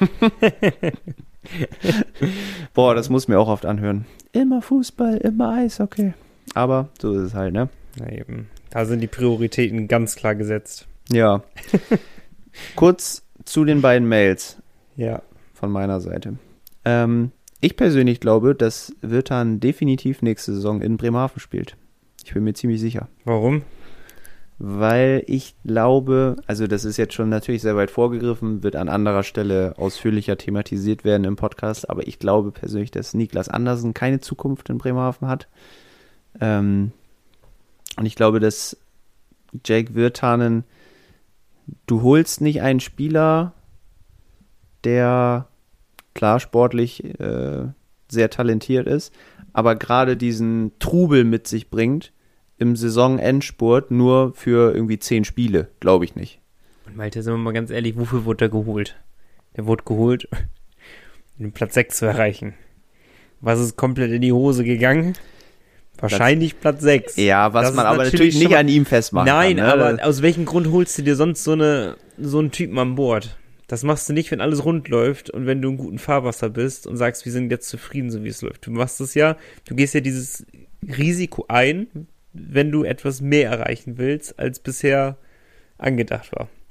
Speaker 2: Boah, das muss mir auch oft anhören. Immer Fußball, immer Eishockey. Aber so ist es halt, ne?
Speaker 1: Na eben, da sind die Prioritäten ganz klar gesetzt.
Speaker 2: Ja. Kurz zu den beiden Mails.
Speaker 1: Ja.
Speaker 2: Von meiner Seite. Ähm, ich persönlich glaube, dass Virtanen definitiv nächste Saison in Bremerhaven spielt. Ich bin mir ziemlich sicher.
Speaker 1: Warum?
Speaker 2: Weil ich glaube, also das ist jetzt schon natürlich sehr weit vorgegriffen, wird an anderer Stelle ausführlicher thematisiert werden im Podcast, aber ich glaube persönlich, dass Niklas Andersen keine Zukunft in Bremerhaven hat. Ähm, und ich glaube, dass Jake Virtanen, du holst nicht einen Spieler, der klar sportlich äh, sehr talentiert ist, aber gerade diesen Trubel mit sich bringt, im Saisonendspurt nur für irgendwie zehn Spiele, glaube ich nicht.
Speaker 1: Und Malte, sind wir mal ganz ehrlich, wofür wurde der geholt? Der wurde geholt, um den Platz sechs zu erreichen. Was ist komplett in die Hose gegangen? Wahrscheinlich Platz, Platz sechs.
Speaker 2: Ja, was
Speaker 1: das
Speaker 2: man aber natürlich, natürlich nicht
Speaker 1: mal,
Speaker 2: an ihm festmachen
Speaker 1: nein,
Speaker 2: kann. Nein,
Speaker 1: aber aus welchem Grund holst du dir sonst so, eine, so einen Typen an Bord? Das machst du nicht, wenn alles rund läuft und wenn du im guten Fahrwasser bist und sagst, wir sind jetzt zufrieden, so wie es läuft. Du machst es ja, du gehst ja dieses Risiko ein, wenn du etwas mehr erreichen willst, als bisher angedacht war.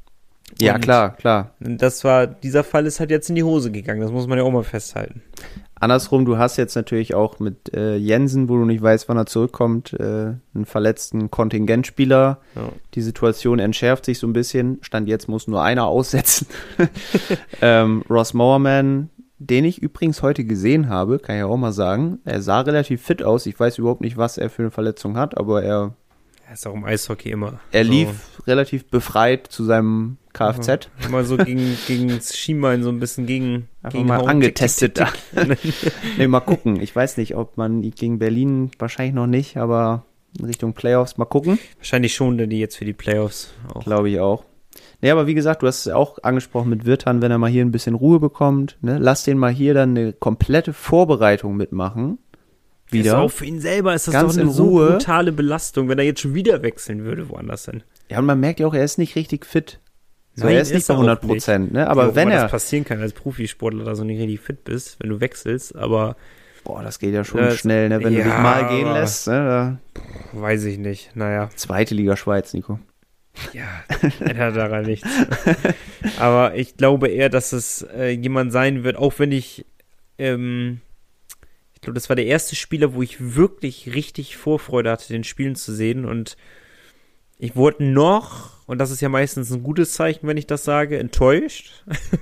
Speaker 2: Ja,
Speaker 1: Und
Speaker 2: klar, klar.
Speaker 1: Das war, dieser Fall ist halt jetzt in die Hose gegangen, das muss man ja auch mal festhalten.
Speaker 2: Andersrum, du hast jetzt natürlich auch mit äh, Jensen, wo du nicht weißt, wann er zurückkommt, äh, einen verletzten Kontingentspieler.
Speaker 1: Ja.
Speaker 2: Die Situation entschärft sich so ein bisschen. Stand jetzt muss nur einer aussetzen. ähm, Ross Mowerman, den ich übrigens heute gesehen habe, kann ich auch mal sagen. Er sah relativ fit aus. Ich weiß überhaupt nicht, was er für eine Verletzung hat, aber er...
Speaker 1: Er ist auch im Eishockey immer.
Speaker 2: Er
Speaker 1: so.
Speaker 2: lief relativ befreit zu seinem Kfz.
Speaker 1: Ja, mal so gegen, gegen das Schienbein so ein bisschen gegen,
Speaker 2: Einfach
Speaker 1: gegen
Speaker 2: mal
Speaker 1: Hauen,
Speaker 2: angetestet.
Speaker 1: tick, tick, tick.
Speaker 2: Nee, mal gucken. Ich weiß nicht, ob man gegen Berlin wahrscheinlich noch nicht, aber in Richtung Playoffs mal gucken.
Speaker 1: Wahrscheinlich schon, denn die jetzt für die Playoffs auch.
Speaker 2: Glaube ich auch. Nee, aber wie gesagt, du hast es auch angesprochen mit Wirtan, wenn er mal hier ein bisschen Ruhe bekommt. Ne? Lass den mal hier dann eine komplette Vorbereitung mitmachen. Wieder.
Speaker 1: Das ist auch für ihn selber ist das
Speaker 2: Ganz
Speaker 1: doch eine
Speaker 2: in
Speaker 1: so
Speaker 2: Ruhe.
Speaker 1: brutale Belastung, wenn er jetzt schon wieder wechseln würde woanders hin.
Speaker 2: Ja, und man merkt ja auch, er ist nicht richtig fit. So,
Speaker 1: Nein,
Speaker 2: er ist nicht
Speaker 1: ist
Speaker 2: bei
Speaker 1: er auch
Speaker 2: hundert Prozent, ne?
Speaker 1: Aber
Speaker 2: Aber wenn er...
Speaker 1: das passieren kann als Profisportler, dass du nicht richtig fit bist, wenn du wechselst, aber
Speaker 2: Boah, das geht ja schon
Speaker 1: Das-
Speaker 2: schnell, ne? Wenn
Speaker 1: ja,
Speaker 2: du dich mal gehen
Speaker 1: aber-
Speaker 2: lässt. Ne?
Speaker 1: weiß ich nicht. Naja,
Speaker 2: Zweite Liga Schweiz, Nico.
Speaker 1: ja, er hat daran nichts. Aber ich glaube eher, dass es äh, jemand sein wird, auch wenn ich, ähm, ich glaube, das war der erste Spieler, wo ich wirklich richtig Vorfreude hatte, den Spielen zu sehen. Und ich wurde noch, und das ist ja meistens ein gutes Zeichen, wenn ich das sage, enttäuscht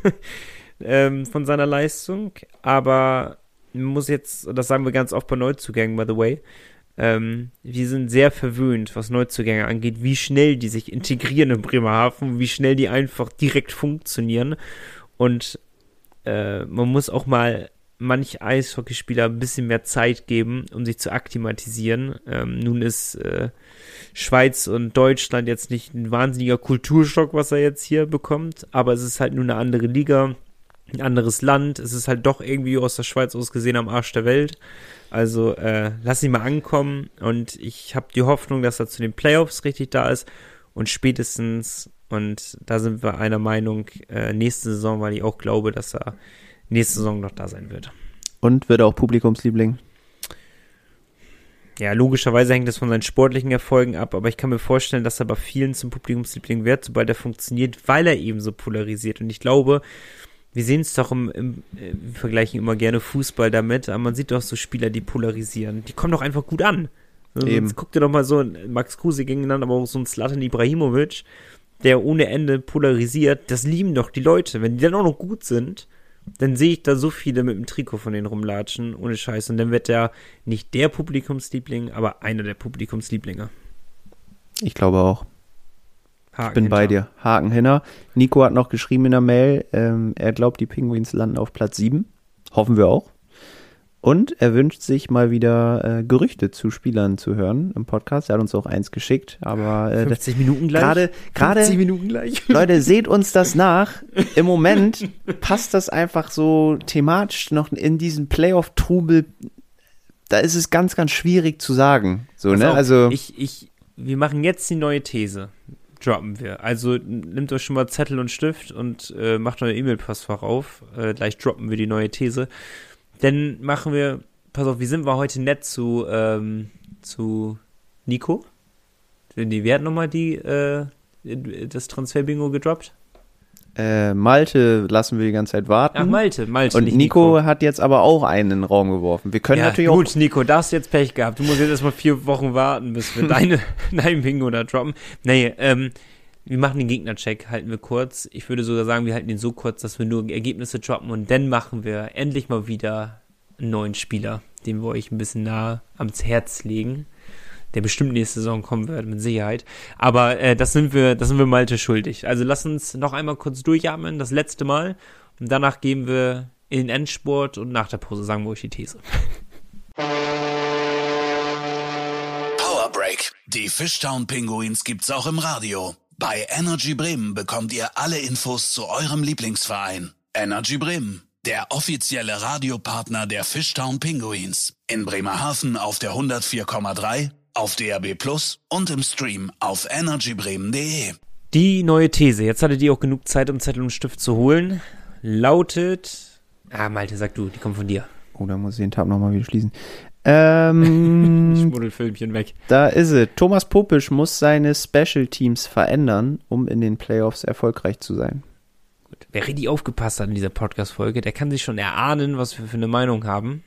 Speaker 1: ähm, von seiner Leistung. Aber man muss jetzt, und das sagen wir ganz oft bei Neuzugängen, by the way, ähm, wir sind sehr verwöhnt, was Neuzugänge angeht, wie schnell die sich integrieren in Bremerhaven, wie schnell die einfach direkt funktionieren. Und äh, man muss auch mal manch Eishockeyspieler ein bisschen mehr Zeit geben, um sich zu akklimatisieren. Ähm, nun ist äh, Schweiz und Deutschland jetzt nicht ein wahnsinniger Kulturschock, was er jetzt hier bekommt, aber es ist halt nur eine andere Liga, ein anderes Land. Es ist halt doch irgendwie aus der Schweiz aus gesehen am Arsch der Welt. Also äh, lass ihn mal ankommen und ich habe die Hoffnung, dass er zu den Playoffs richtig da ist und spätestens, und da sind wir einer Meinung, äh, nächste Saison, weil ich auch glaube, dass er nächste Saison noch da sein wird.
Speaker 2: Und wird er auch Publikumsliebling?
Speaker 1: Ja, logischerweise hängt das von seinen sportlichen Erfolgen ab, aber ich kann mir vorstellen, dass er bei vielen zum Publikumsliebling wird, sobald er funktioniert, weil er eben so polarisiert. Und ich glaube, wir sehen es doch im, im äh, wir vergleichen immer gerne Fußball damit, aber man sieht doch so Spieler, die polarisieren. Die kommen doch einfach gut an. Also,
Speaker 2: Eben.
Speaker 1: guck dir doch mal so, Max Kruse gegeneinander, aber auch so ein Zlatan Ibrahimovic, der ohne Ende polarisiert. Das lieben doch die Leute. Wenn die dann auch noch gut sind, dann sehe ich da so viele mit dem Trikot von denen rumlatschen, ohne Scheiß. Und dann wird der nicht der Publikumsliebling, aber einer der Publikumslieblinge.
Speaker 2: Ich glaube auch.
Speaker 1: Haken
Speaker 2: Ich bin bei
Speaker 1: hinter.
Speaker 2: dir. Haken hinter. Nico hat noch geschrieben in der Mail, ähm, er glaubt, die Penguins landen auf Platz sieben. Hoffen wir auch. Und er wünscht sich mal wieder äh, Gerüchte zu Spielern zu hören im Podcast. Er hat uns auch eins geschickt, aber äh,
Speaker 1: fünfzig Minuten gleich.
Speaker 2: gerade, gerade,
Speaker 1: fünfzig Minuten gleich.
Speaker 2: Leute, seht uns das nach. Im Moment passt das einfach so thematisch noch in diesen Playoff-Trubel. Da ist es ganz, ganz schwierig zu sagen. So,
Speaker 1: Pass
Speaker 2: ne?
Speaker 1: auf,
Speaker 2: Also,
Speaker 1: ich, ich, wir machen jetzt die neue These. Droppen wir. Also nehmt euch schon mal Zettel und Stift und äh, macht euer E-Mail-Postfach auf. Äh, gleich droppen wir die neue These. Dann machen wir, pass auf, wie sind wir heute nett zu, ähm, zu Nico? Die, wer hat nochmal die, äh, das Transfer-Bingo gedroppt?
Speaker 2: äh, Malte lassen wir die ganze Zeit warten.
Speaker 1: Ach, Malte, Malte,
Speaker 2: Und
Speaker 1: nicht
Speaker 2: Nico,
Speaker 1: Nico.
Speaker 2: hat jetzt aber auch einen in den Raum geworfen. Wir können
Speaker 1: Ja,
Speaker 2: natürlich
Speaker 1: gut,
Speaker 2: auch.
Speaker 1: Nico, da hast du jetzt Pech gehabt. Du musst jetzt erstmal vier Wochen warten, bis wir deine, dein Bingo da droppen. Nee, ähm, wir machen den Gegnercheck, halten wir kurz. Ich würde sogar sagen, wir halten den so kurz, dass wir nur Ergebnisse droppen und dann machen wir endlich mal wieder einen neuen Spieler, den wir euch ein bisschen nah ans Herz legen, der bestimmt nächste Saison kommen wird, mit Sicherheit. Aber äh, das sind wir, das sind wir Malte schuldig. Also lass uns noch einmal kurz durchatmen, das letzte Mal. Und danach gehen wir in den Endspurt und nach der Pause sagen wir euch die These.
Speaker 3: Power Break. Die Fishtown Pinguins gibt's auch im Radio. Bei Energy Bremen bekommt ihr alle Infos zu eurem Lieblingsverein. Energy Bremen, der offizielle Radiopartner der Fishtown Pinguins. In Bremerhaven auf der hundertvier Komma drei, auf D A B Plus und im Stream auf energy bremen punkt de.
Speaker 1: Die neue These, jetzt hattet ihr auch genug Zeit, um Zettel und Stift zu holen, lautet... Ah, Malte, sag du, die kommt von dir.
Speaker 2: Oh, da muss ich den Tab nochmal wieder schließen. Ähm,
Speaker 1: Schmuddelfilmchen weg.
Speaker 2: Da ist es. Thomas Popisch muss seine Special Teams verändern, um in den Playoffs erfolgreich zu sein.
Speaker 1: Gut. Wer richtig aufgepasst hat in dieser Podcast-Folge, der kann sich schon erahnen, was wir für eine Meinung haben.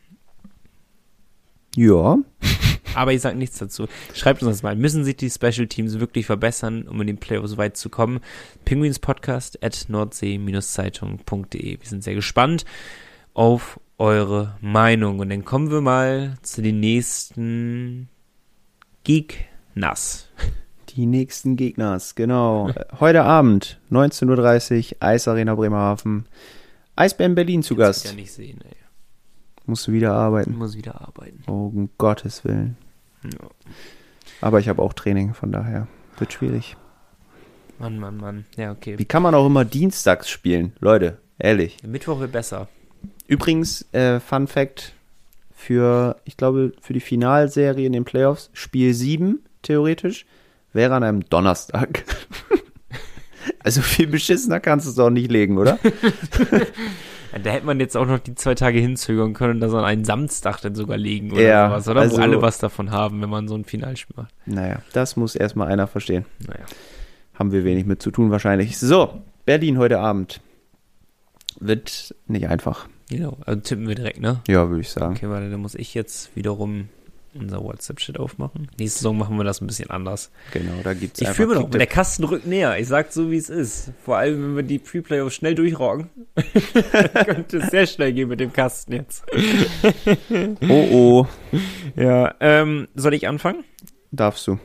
Speaker 2: Ja.
Speaker 1: Aber ich sage nichts dazu. Schreibt uns das mal. Müssen sich die Special Teams wirklich verbessern, um in den Playoffs weit zu kommen? Pinguinspodcast at nordsee Zeitung punkt de. Wir sind sehr gespannt auf eure Meinung. Und dann kommen wir mal zu den nächsten Gegners.
Speaker 2: Die nächsten Gegners, genau. Heute Abend, neunzehn Uhr dreißig, Eisarena Bremerhaven. Eisbären Berlin zu Gast.
Speaker 1: Ich ja nicht sehen, ey.
Speaker 2: Musst du wieder arbeiten.
Speaker 1: Ich muss wieder arbeiten.
Speaker 2: Oh, um Gottes Willen.
Speaker 1: Ja.
Speaker 2: Aber ich habe auch Training, von daher wird schwierig.
Speaker 1: Mann, Mann, Mann. Ja, okay.
Speaker 2: Wie kann man auch immer dienstags spielen? Leute, ehrlich.
Speaker 1: Mittwoch wird besser.
Speaker 2: Übrigens, äh, Fun Fact, für, ich glaube, für die Finalserie in den Playoffs, Spiel sieben, theoretisch, wäre an einem Donnerstag. Also viel beschissener kannst du es auch nicht legen, oder?
Speaker 1: Ja, da hätte man jetzt auch noch die zwei Tage hinzögern können und das an einen Samstag dann sogar legen oder
Speaker 2: ja,
Speaker 1: sowas, oder?
Speaker 2: Also,
Speaker 1: wo alle was davon haben, wenn man so ein Finalspiel macht.
Speaker 2: Naja, das muss erstmal einer verstehen.
Speaker 1: Naja.
Speaker 2: Haben wir wenig mit zu tun wahrscheinlich. So, Berlin heute Abend. Wird nicht einfach.
Speaker 1: Genau, also tippen wir direkt, ne?
Speaker 2: Ja, würde ich sagen.
Speaker 1: Okay, warte, dann muss ich jetzt wiederum unser WhatsApp-Shit aufmachen. Nächste Saison machen wir das ein bisschen anders.
Speaker 2: Genau, da gibt's
Speaker 1: Ich
Speaker 2: einfach
Speaker 1: fühle mir noch,
Speaker 2: Kicktipp.
Speaker 1: der Kasten rückt näher. Ich sag so, wie es ist. Vor allem, wenn wir die Pre-Playoffs schnell durchrocken. Könnte es sehr schnell gehen mit dem Kasten jetzt.
Speaker 2: Oh, oh.
Speaker 1: Ja, ähm, soll ich anfangen?
Speaker 2: Darfst du.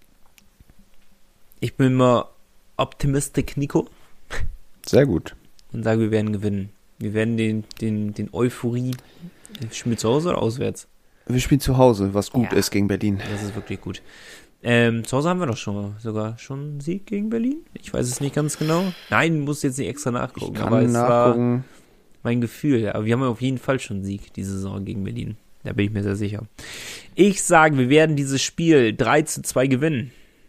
Speaker 1: Ich bin mal Optimistic Nico
Speaker 2: Sehr gut.
Speaker 1: und sage, wir werden gewinnen. Wir werden den, den, den Euphorie. Spielen wir zu Hause oder auswärts?
Speaker 2: Wir spielen zu Hause, was gut
Speaker 1: Ja.
Speaker 2: ist gegen Berlin.
Speaker 1: Das ist wirklich gut. Ähm, zu Hause haben wir doch schon mal sogar schon einen Sieg gegen Berlin. Ich weiß es nicht ganz genau. Nein, muss jetzt nicht extra nachgucken.
Speaker 2: Ich kann
Speaker 1: aber es war
Speaker 2: nachgucken.
Speaker 1: mein Gefühl. Aber wir haben auf jeden Fall schon einen Sieg diese Saison gegen Berlin. Da bin ich mir sehr sicher. Ich sage, wir werden dieses Spiel drei zu zwei gewinnen.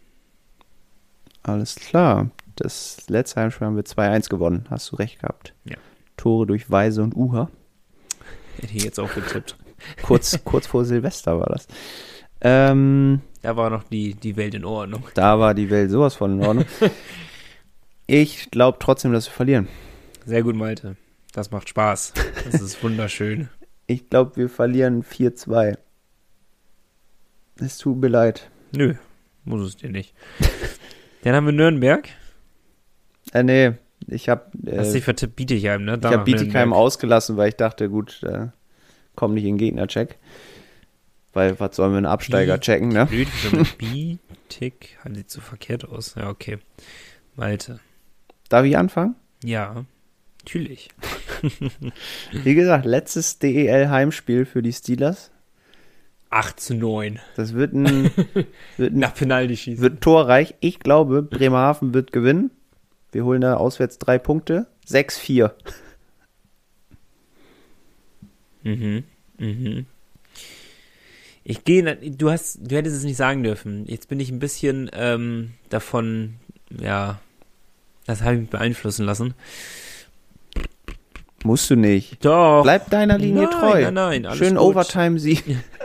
Speaker 2: Alles klar. Das letzte Heimspiel haben wir zwei eins gewonnen. Hast du recht gehabt.
Speaker 1: Ja.
Speaker 2: Tore durch Weise und Uha.
Speaker 1: Hätte ich jetzt auch getippt.
Speaker 2: Kurz, kurz vor Silvester war das. Ähm,
Speaker 1: Da war noch die, die Welt in Ordnung.
Speaker 2: da war die Welt sowas von in Ordnung. Ich glaube trotzdem, dass wir verlieren.
Speaker 1: Sehr gut, Malte. Das macht Spaß. Das ist wunderschön.
Speaker 2: Ich glaube, wir verlieren vier zwei. Es tut mir leid.
Speaker 1: Nö, muss es dir nicht. Dann haben wir Nürnberg.
Speaker 2: Äh, nee, ich habe
Speaker 1: Hast
Speaker 2: äh,
Speaker 1: dich vertippt, Bietigheim, ne?
Speaker 2: ich hab Bietigheim ausgelassen, weil ich dachte, gut, äh, komm nicht in den Gegnercheck. Weil, was sollen wir einen Absteiger
Speaker 1: Bi-
Speaker 2: checken, ne?
Speaker 1: Blöd, so mit Bietig. Hat sieht so verkehrt aus. Ja, okay. Malte.
Speaker 2: Darf ich anfangen?
Speaker 1: Ja, natürlich.
Speaker 2: Wie gesagt, letztes D E L-Heimspiel für die Steelers.
Speaker 1: acht zu neun.
Speaker 2: Das wird ein, wird ein,
Speaker 1: Nach Penalty schießen.
Speaker 2: wird torreich. Ich glaube, Bremerhaven wird gewinnen. Wir holen da auswärts drei Punkte. sechs vier.
Speaker 1: Mhm, mhm. Ich gehe, du hast, du hättest es nicht sagen dürfen. Jetzt bin ich ein bisschen ähm, davon, ja, das habe ich mich beeinflussen lassen.
Speaker 2: Musst du nicht.
Speaker 1: Doch.
Speaker 2: Bleib deiner Linie
Speaker 1: nein,
Speaker 2: treu.
Speaker 1: Nein, nein, alles
Speaker 2: Schön
Speaker 1: gut.
Speaker 2: Overtime-Sieg.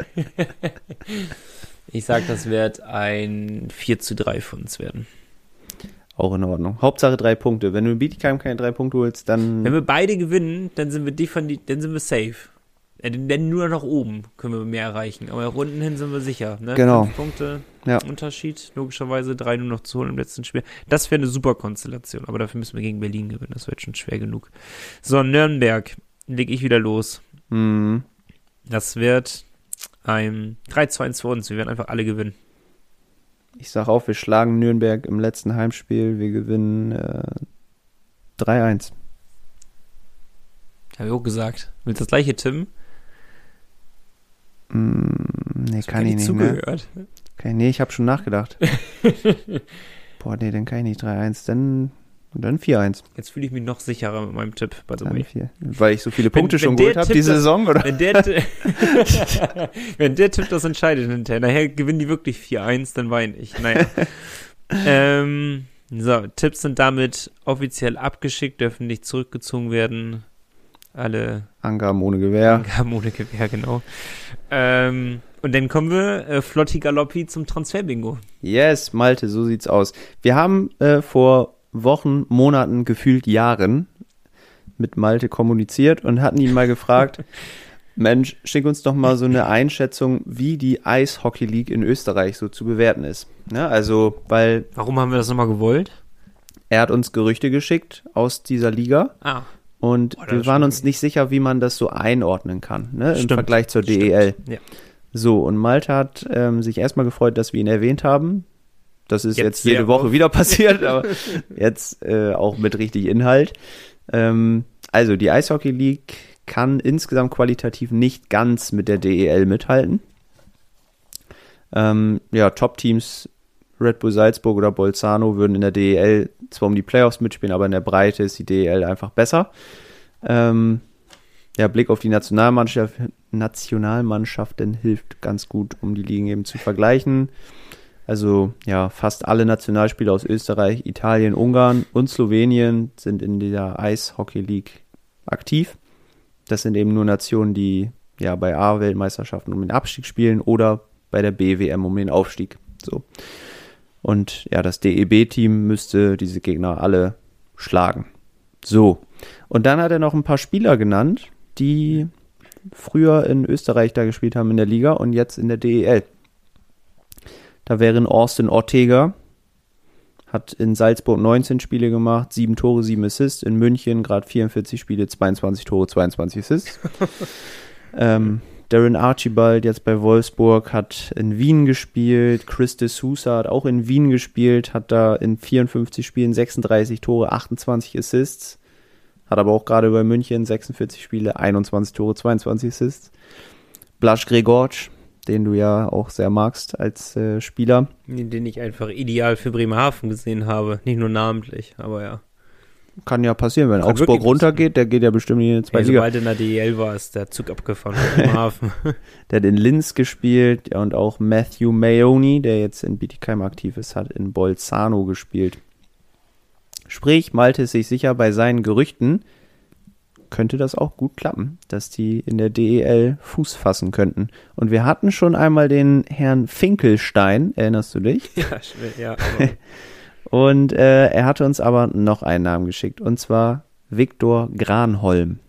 Speaker 1: Ich sag, das wird ein vier zu drei für uns werden.
Speaker 2: Auch in Ordnung. Hauptsache drei Punkte. Wenn du in Bietigheim keine drei Punkte holst, dann...
Speaker 1: Wenn wir beide gewinnen, dann sind wir definitiv, dann sind wir safe. Äh, Denn nur nach oben können wir mehr erreichen. Aber Runden hin sind wir sicher. Ne?
Speaker 2: Genau.
Speaker 1: Fünf Punkte
Speaker 2: Ja.
Speaker 1: Unterschied, logischerweise drei nur noch zu holen im letzten Spiel. Das wäre eine super Konstellation, aber dafür müssen wir gegen Berlin gewinnen. Das wird schon schwer genug. So, Nürnberg, leg ich wieder los.
Speaker 2: Mhm.
Speaker 1: Das wird ein drei zu eins für uns. Wir werden einfach alle gewinnen.
Speaker 2: Ich sag auch, wir schlagen Nürnberg im letzten Heimspiel. Wir gewinnen äh, drei eins.
Speaker 1: Habe ich auch gesagt. Willst du das gleiche tippen?
Speaker 2: Mm, nee,
Speaker 1: Hast du
Speaker 2: kann
Speaker 1: gar
Speaker 2: ich nicht mehr.
Speaker 1: zugehört.
Speaker 2: Okay, nee, ich habe schon nachgedacht. Boah, nee, dann kann ich nicht drei eins. Dann, dann vier eins.
Speaker 1: Jetzt fühle ich mich noch sicherer mit meinem Tipp, by the
Speaker 2: Dann
Speaker 1: way.
Speaker 2: vier. Weil ich so viele Punkte
Speaker 1: wenn
Speaker 2: schon
Speaker 1: der
Speaker 2: geholt habe
Speaker 1: Tipp
Speaker 2: diese
Speaker 1: das-
Speaker 2: Saison, oder?
Speaker 1: Wenn der, Ti- wenn der Tipp das entscheidet hinterher, nachher gewinnen die wirklich vier eins, dann weine ich. Naja. ähm, so, Tipps sind damit offiziell abgeschickt, dürfen nicht zurückgezogen werden. alle
Speaker 2: Angaben ohne Gewehr.
Speaker 1: Angaben ohne Gewehr, genau. Ähm, und dann kommen wir äh, flotti galoppi zum Transferbingo.
Speaker 2: Yes, Malte, so sieht's aus. Wir haben äh, vor Wochen, Monaten, gefühlt Jahren mit Malte kommuniziert und hatten ihn mal gefragt, Mensch, schick uns doch mal so eine Einschätzung, wie die Eishockey League in Österreich so zu bewerten ist. Ne? Also, weil...
Speaker 1: Warum haben wir das nochmal gewollt?
Speaker 2: Er hat uns Gerüchte geschickt aus dieser Liga.
Speaker 1: Ah.
Speaker 2: Und
Speaker 1: oh,
Speaker 2: wir waren uns nicht sicher, wie man das so einordnen kann, ne? Im
Speaker 1: Stimmt.
Speaker 2: Vergleich zur
Speaker 1: Stimmt.
Speaker 2: D E L.
Speaker 1: Ja.
Speaker 2: So, und Malte hat ähm, sich erstmal gefreut, dass wir ihn erwähnt haben. Das ist
Speaker 1: Jetzt
Speaker 2: jetzt, jede
Speaker 1: sehr
Speaker 2: Woche
Speaker 1: oft.
Speaker 2: wieder passiert, aber jetzt äh, auch mit richtig Inhalt. Ähm, also, die Eishockey League kann insgesamt qualitativ nicht ganz mit der D E L mithalten. Ähm, ja, Top-Teams Red Bull Salzburg oder Bolzano würden in der D E L zwar um die Playoffs mitspielen, aber in der Breite ist die D E L einfach besser. Ähm, ja, Blick auf die Nationalmannschaft, Nationalmannschaften hilft ganz gut, um die Ligen eben zu vergleichen. Also ja, fast alle Nationalspieler aus Österreich, Italien, Ungarn und Slowenien sind in der Eishockey League aktiv. Das sind eben nur Nationen, die ja bei A-Weltmeisterschaften um den Abstieg spielen oder bei der B W M um den Aufstieg. So. Und ja, das D E B-Team müsste diese Gegner alle schlagen. So. Und dann hat er noch ein paar Spieler genannt, die früher in Österreich da gespielt haben in der Liga und jetzt in der D E L. Da wären Austin Ortega, hat in Salzburg neunzehn Spiele gemacht, sieben Tore, sieben Assists. In München gerade vierundvierzig Spiele, zweiundzwanzig Tore, zweiundzwanzig Assists. ähm, Darren Archibald jetzt bei Wolfsburg hat in Wien gespielt. Chris de Sousa hat auch in Wien gespielt, hat da in vierundfünfzig Spielen sechsunddreißig Tore, achtundzwanzig Assists. Hat aber auch gerade bei München sechsundvierzig Spiele, einundzwanzig Tore, zweiundzwanzig Assists. Blaž Gregorc, den du ja auch sehr magst als äh, Spieler.
Speaker 1: Den ich einfach ideal für Bremerhaven gesehen habe. Nicht nur namentlich, aber ja.
Speaker 2: Kann ja passieren, wenn
Speaker 1: Kann
Speaker 2: Augsburg
Speaker 1: wirklich
Speaker 2: runtergeht, der geht ja bestimmt in die zweite
Speaker 1: Hey,
Speaker 2: Liga.
Speaker 1: sobald in der D E L war, ist der Zug abgefahren von Bremerhaven.
Speaker 2: Der hat in Linz gespielt, ja, und auch Matthew Mayoni, der jetzt in Bietigheim aktiv ist, hat in Bolzano gespielt. Sprich, Malte ist sich sicher, bei seinen Gerüchten könnte das auch gut klappen, dass die in der D E L Fuß fassen könnten. Und wir hatten schon einmal den Herrn Finkelstein, erinnerst du dich?
Speaker 1: ja, schnell, ja. Aber
Speaker 2: Und äh, er hatte uns aber noch einen Namen geschickt, und zwar Viktor Granholm.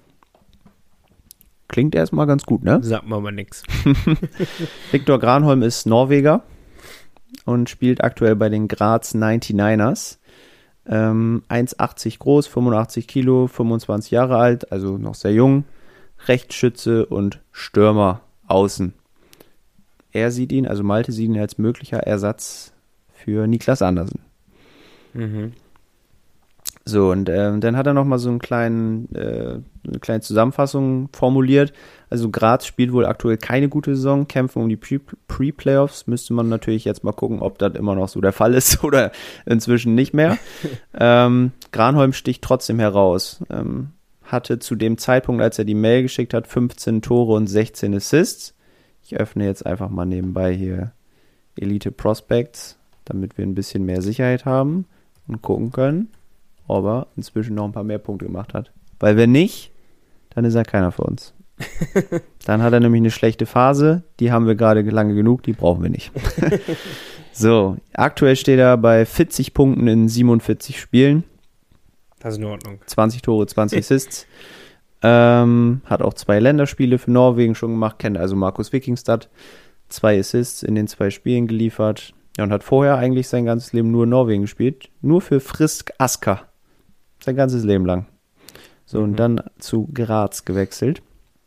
Speaker 2: Klingt erstmal ganz gut, ne?
Speaker 1: sagt mir aber nix.
Speaker 2: Viktor Granholm ist Norweger und spielt aktuell bei den Graz neunundneunzigers. Ähm, eins Komma achtzig groß, fünfundachtzig Kilo, fünfundzwanzig Jahre alt, also noch sehr jung. Rechtsschütze und Stürmer außen. Er sieht ihn, also Malte sieht ihn als möglicher Ersatz für Niklas Andersen.
Speaker 1: Mhm.
Speaker 2: So, und ähm, dann hat er nochmal so einen kleinen, äh, eine kleine Zusammenfassung formuliert. Also Graz spielt wohl aktuell keine gute Saison, kämpfen um die Pre- Pre-Playoffs. Müsste man natürlich jetzt mal gucken, ob das immer noch so der Fall ist oder inzwischen nicht mehr. ähm, Granholm sticht trotzdem heraus. Ähm, hatte zu dem Zeitpunkt, als er die Mail geschickt hat, fünfzehn Tore und sechzehn Assists. Ich öffne jetzt einfach mal nebenbei hier Elite Prospects, damit wir ein bisschen mehr Sicherheit haben und gucken können, ob er inzwischen noch ein paar mehr Punkte gemacht hat. Weil wenn nicht, dann ist er keiner für uns. Dann hat er nämlich eine schlechte Phase, die haben wir gerade lange genug, die brauchen wir nicht. So, aktuell steht er bei vierzig Punkten in siebenundvierzig Spielen.
Speaker 1: Das ist in Ordnung.
Speaker 2: zwanzig Tore, zwanzig Assists. ähm, hat auch zwei Länderspiele für Norwegen schon gemacht, kennt also Markus Wikingstad. Zwei Assists in den zwei Spielen geliefert. Ja, und hat vorher eigentlich sein ganzes Leben nur in Norwegen gespielt. Nur für Frisk Asker. Sein ganzes Leben lang. So,
Speaker 1: Mhm.
Speaker 2: und dann zu Graz gewechselt.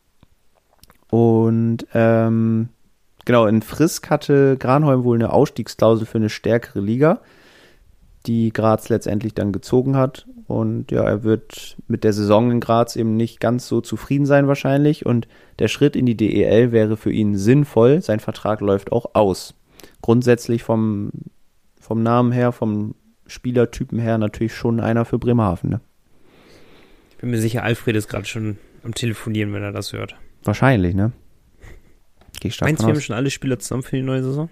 Speaker 2: Und ähm, genau, in Frisk hatte Granholm wohl eine Ausstiegsklausel für eine stärkere Liga, die Graz letztendlich dann gezogen hat. Und ja, er wird mit der Saison in Graz eben nicht ganz so zufrieden sein wahrscheinlich. Und der Schritt in die D E L wäre für ihn sinnvoll. Sein Vertrag läuft auch aus. Grundsätzlich vom, vom Namen her, vom Spielertypen her natürlich schon einer für Bremerhaven. Ne?
Speaker 1: Ich bin mir sicher, Alfred ist gerade schon am Telefonieren, wenn er das hört.
Speaker 2: Wahrscheinlich, ne? Geh ich stark
Speaker 1: Meinst du,
Speaker 2: von
Speaker 1: wir haben
Speaker 2: aus.
Speaker 1: schon alle Spieler zusammen für die neue Saison?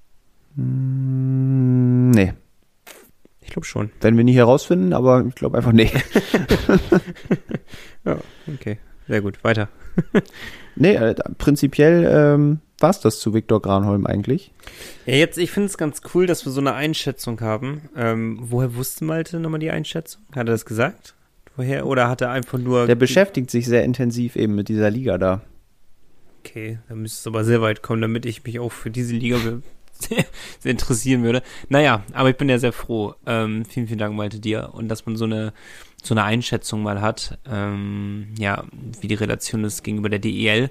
Speaker 2: Mm, nee,
Speaker 1: Ich glaube schon.
Speaker 2: werden wir nicht herausfinden, aber ich glaube einfach nee.
Speaker 1: Ja, okay. Sehr gut. Weiter.
Speaker 2: Nee, äh, prinzipiell ähm, war es das zu Viktor Granholm eigentlich.
Speaker 1: Ja, jetzt, ich finde es ganz cool, dass wir so eine Einschätzung haben. Ähm, woher wusste Malte nochmal die Einschätzung? Hat er das gesagt? Woher? Oder hat er einfach nur...
Speaker 2: Der beschäftigt sich sehr intensiv eben mit dieser Liga da.
Speaker 1: Okay, da müsste es aber sehr weit kommen, damit ich mich auch für diese Liga sehr, sehr interessieren würde. Naja, aber ich bin ja sehr froh. Ähm, vielen, vielen Dank, Malte, dir. Und dass man so eine, so eine Einschätzung mal hat, ähm, ja, wie die Relation ist gegenüber der D E L.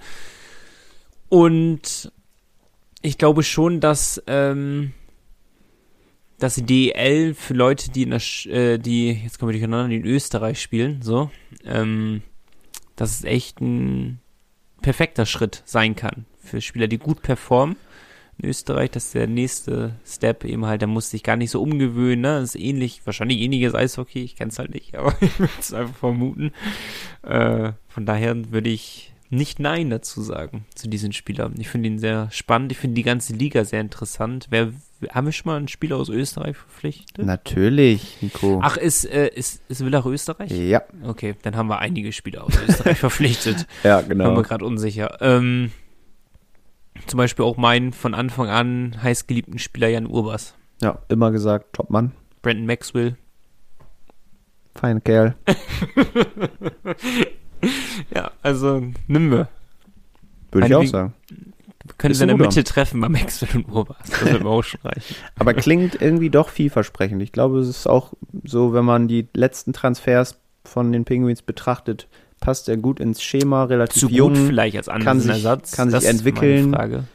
Speaker 1: Und ich glaube schon, dass, ähm, dass die D E L für Leute, die in der, Sch- äh, die, jetzt kommen wir durcheinander, die in Österreich spielen, so, ähm, dass es echt ein perfekter Schritt sein kann für Spieler, die gut performen in Österreich. Das ist der nächste Step eben halt, da muss sich gar nicht so umgewöhnen, ne? Das ist ähnlich, wahrscheinlich ähnliches Eishockey, ich kenn's halt nicht, aber ich würde es einfach vermuten. Äh, von daher würde ich nicht Nein dazu sagen, zu diesen Spielern. Ich finde ihn sehr spannend, ich finde die ganze Liga sehr interessant. Wer, haben wir schon mal einen Spieler aus Österreich verpflichtet?
Speaker 2: Natürlich, Nico.
Speaker 1: Ach, ist, äh, ist, ist Villach Österreich?
Speaker 2: Ja.
Speaker 1: Okay, dann haben wir einige Spieler aus Österreich verpflichtet.
Speaker 2: Ja,
Speaker 1: Bin
Speaker 2: genau.
Speaker 1: mir gerade unsicher. Ähm, zum Beispiel auch meinen von Anfang an heißgeliebten Spieler Jan Urbas.
Speaker 2: Ja, immer gesagt, Topmann.
Speaker 1: Brandon Maxwell.
Speaker 2: Feiner Kerl.
Speaker 1: Ja, also nimm wir.
Speaker 2: Würde ich
Speaker 1: Eine
Speaker 2: auch
Speaker 1: wie-
Speaker 2: sagen.
Speaker 1: Wir können
Speaker 2: Ist
Speaker 1: sie in der
Speaker 2: ein guter.
Speaker 1: Mitte treffen bei Maxwell und Urbas. Das wird mir auch schon reichen.
Speaker 2: Aber klingt irgendwie doch vielversprechend. Ich glaube, es ist auch so, wenn man die letzten Transfers von den Penguins betrachtet, passt er gut ins Schema, relativ
Speaker 1: Zu
Speaker 2: jung.
Speaker 1: gut vielleicht als
Speaker 2: kann sich-
Speaker 1: Andersen-Ersatz.
Speaker 2: kann sich
Speaker 1: Das ist
Speaker 2: entwickeln.
Speaker 1: meine Frage.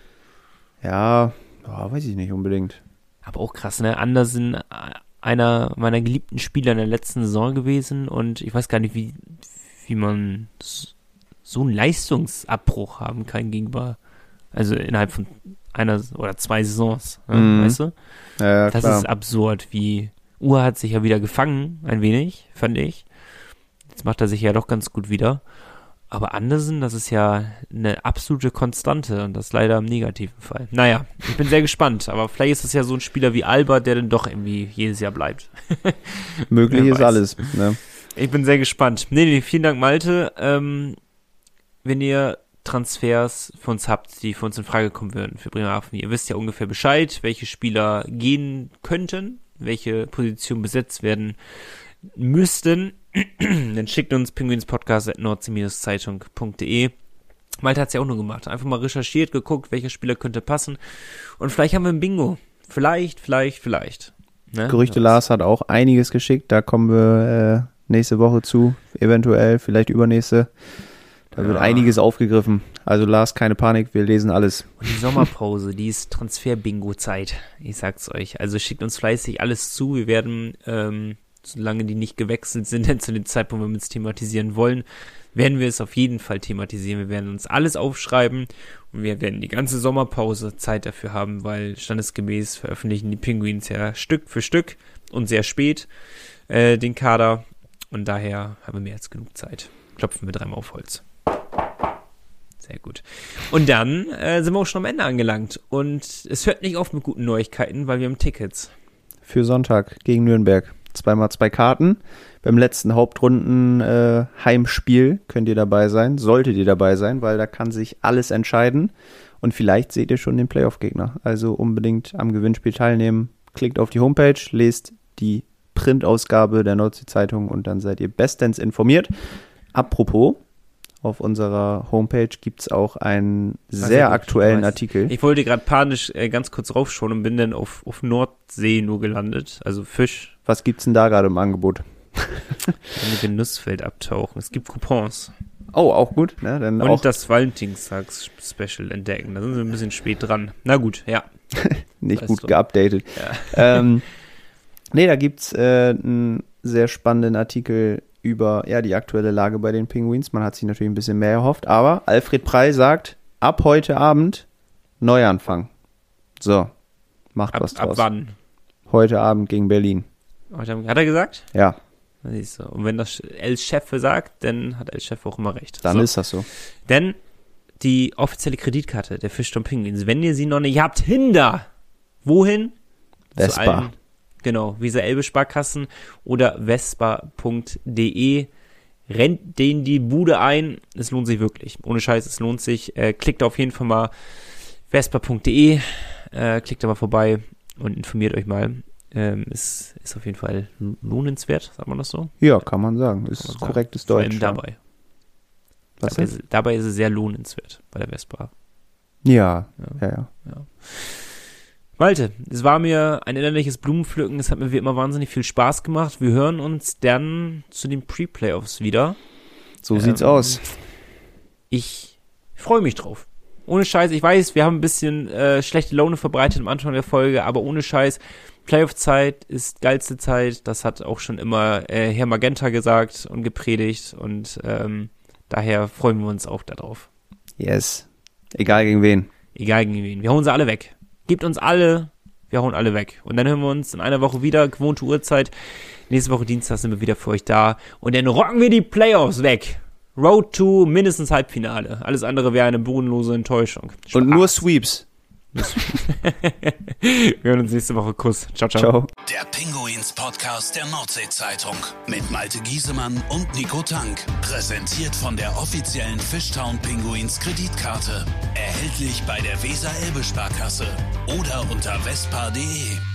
Speaker 2: Ja, ja, weiß ich nicht unbedingt.
Speaker 1: Aber auch krass, ne? Andersen, äh, einer meiner geliebten Spieler in der letzten Saison gewesen und ich weiß gar nicht, wie, wie man s- so einen Leistungsabbruch haben kann gegenüber, also innerhalb von einer oder zwei Saisons, ne?
Speaker 2: Mhm.
Speaker 1: Weißt du?
Speaker 2: Ja, ja,
Speaker 1: Das
Speaker 2: klar.
Speaker 1: ist absurd, wie Uhr hat sich ja wieder gefangen, ein wenig, fand ich. Jetzt macht er sich ja doch ganz gut wieder. Aber Andersen, das ist ja eine absolute Konstante und das leider im negativen Fall. Naja, ich bin sehr gespannt, aber vielleicht ist es ja so ein Spieler wie Albert, der dann doch irgendwie jedes Jahr bleibt.
Speaker 2: Möglich
Speaker 1: Wer
Speaker 2: ist
Speaker 1: weiß.
Speaker 2: alles. Ne?
Speaker 1: Ich bin sehr gespannt. Nee, nee, vielen Dank, Malte. Ähm, wenn ihr Transfers für uns habt, die für uns in Frage kommen würden, für Bremerhaven, ihr wisst ja ungefähr Bescheid, welche Spieler gehen könnten, welche Positionen besetzt werden müssten, dann schickt uns penguinspodcast at nordsee Zeitung punkt de. Malte hat es ja auch nur gemacht. Einfach mal recherchiert, geguckt, welcher Spieler könnte passen. Und vielleicht haben wir ein Bingo. Vielleicht, vielleicht, vielleicht. Ne?
Speaker 2: Gerüchte
Speaker 1: Das-
Speaker 2: Lars hat auch einiges geschickt. Da kommen wir äh, nächste Woche zu. Eventuell, vielleicht übernächste. Da wird
Speaker 1: Ja.
Speaker 2: einiges aufgegriffen. Also Lars, keine Panik, wir lesen alles.
Speaker 1: Und die Sommerpause, die ist Transfer-Bingo-Zeit. Ich sag's euch. Also schickt uns fleißig alles zu. Wir werden, ähm, solange die nicht gewechselt sind, denn zu dem Zeitpunkt, wenn wir es thematisieren wollen, werden wir es auf jeden Fall thematisieren. Wir werden uns alles aufschreiben und wir werden die ganze Sommerpause Zeit dafür haben, weil standesgemäß veröffentlichen die Penguins ja Stück für Stück und sehr spät äh, den Kader. Und daher haben wir mehr als genug Zeit. Klopfen wir dreimal auf Holz. Sehr gut. Und dann äh, sind wir auch schon am Ende angelangt. Und es hört nicht auf mit guten Neuigkeiten, weil wir haben Tickets.
Speaker 2: Für Sonntag gegen Nürnberg. Zweimal zwei Karten. Beim letzten Hauptrunden-Heimspiel könnt ihr dabei sein, solltet ihr dabei sein, weil da kann sich alles entscheiden. Und vielleicht seht ihr schon den Playoff-Gegner. Also unbedingt am Gewinnspiel teilnehmen. Klickt auf die Homepage, lest die Printausgabe der Nordsee-Zeitung und dann seid ihr bestens informiert. Apropos, auf unserer Homepage gibt es auch einen sehr
Speaker 1: gut,
Speaker 2: aktuellen
Speaker 1: ich weiß.
Speaker 2: Artikel.
Speaker 1: Ich wollte gerade panisch äh, ganz kurz raufschauen und bin dann auf, auf Nordsee nur gelandet. Also Fisch,
Speaker 2: Was gibt's denn da gerade im Angebot?
Speaker 1: mit dem Nussfeld abtauchen. Es gibt Coupons.
Speaker 2: Oh, auch gut. Ne? Dann
Speaker 1: Und
Speaker 2: auch
Speaker 1: das Valentinstags-Special entdecken. Da sind wir ein bisschen spät dran. Na gut, ja.
Speaker 2: nicht
Speaker 1: weißt
Speaker 2: gut
Speaker 1: du.
Speaker 2: geupdatet.
Speaker 1: Ja.
Speaker 2: ähm, nee, da gibt's äh, einen sehr spannenden Artikel über ja die aktuelle Lage bei den Penguins. Man hat sich natürlich ein bisschen mehr erhofft, aber Alfred Prey sagt, ab heute Abend Neuanfang. So, macht
Speaker 1: Ab,
Speaker 2: was
Speaker 1: ab
Speaker 2: draus.
Speaker 1: wann?
Speaker 2: Heute Abend gegen Berlin.
Speaker 1: Hat er gesagt?
Speaker 2: Ja,
Speaker 1: Na, siehst du. Und wenn das El Chefe sagt, dann hat El Chefe auch immer recht.
Speaker 2: dann
Speaker 1: So.
Speaker 2: ist das so.
Speaker 1: Denn die offizielle Kreditkarte der Fischtown Penguins, wenn ihr sie noch nicht habt, hinter. Wohin? Zu
Speaker 2: Vespa.
Speaker 1: allen, genau, Weser Elbe Sparkassen oder vespa punkt de. rennt denen die Bude ein. Es lohnt sich wirklich. Ohne Scheiß, es lohnt sich. Äh, klickt auf jeden Fall mal vespa punkt de, äh, klickt da mal vorbei und informiert euch mal. Ähm, ist, ist auf jeden Fall lohnenswert, sagt man das so?
Speaker 2: Ja, kann man sagen. Ist
Speaker 1: man
Speaker 2: korrektes
Speaker 1: sagen.
Speaker 2: Deutsch.
Speaker 1: Vor allem dabei.
Speaker 2: Was
Speaker 1: Dabei
Speaker 2: ist?
Speaker 1: ist, dabei ist es sehr lohnenswert bei der Vespa.
Speaker 2: Ja,
Speaker 1: Ja.
Speaker 2: ja, ja.
Speaker 1: Ja. Malte, es war mir ein innerliches Blumenpflücken. Es hat mir wie immer wahnsinnig viel Spaß gemacht. Wir hören uns dann zu den Pre-Playoffs wieder.
Speaker 2: So
Speaker 1: Ähm,
Speaker 2: sieht's aus.
Speaker 1: Ich freue mich drauf. Ohne Scheiß, ich weiß, wir haben ein bisschen äh, schlechte Laune verbreitet am Anfang der Folge, aber ohne Scheiß, Playoff-Zeit ist geilste Zeit. Das hat auch schon immer äh, Herr Magenta gesagt und gepredigt und ähm, daher freuen wir uns auch darauf.
Speaker 2: Yes. Egal gegen wen.
Speaker 1: Egal gegen wen. Wir hauen sie alle weg. Gebt uns alle, wir hauen alle weg. Und dann hören wir uns in einer Woche wieder, gewohnte Uhrzeit. Nächste Woche Dienstag sind wir wieder für euch da. Und dann rocken wir die Playoffs weg. Road to mindestens Halbfinale. Alles andere wäre eine bodenlose Enttäuschung. Spaß.
Speaker 2: Und nur Sweeps.
Speaker 1: Wir hören uns nächste Woche. Kuss. Ciao, ciao.
Speaker 2: Ciao.
Speaker 3: Der Pinguins-Podcast der Nordsee-Zeitung mit Malte Giesemann und Nico Tank. Präsentiert von der offiziellen Fishtown Pinguins Kreditkarte. Erhältlich bei der Weser-Elbe-Sparkasse oder unter vespa punkt de.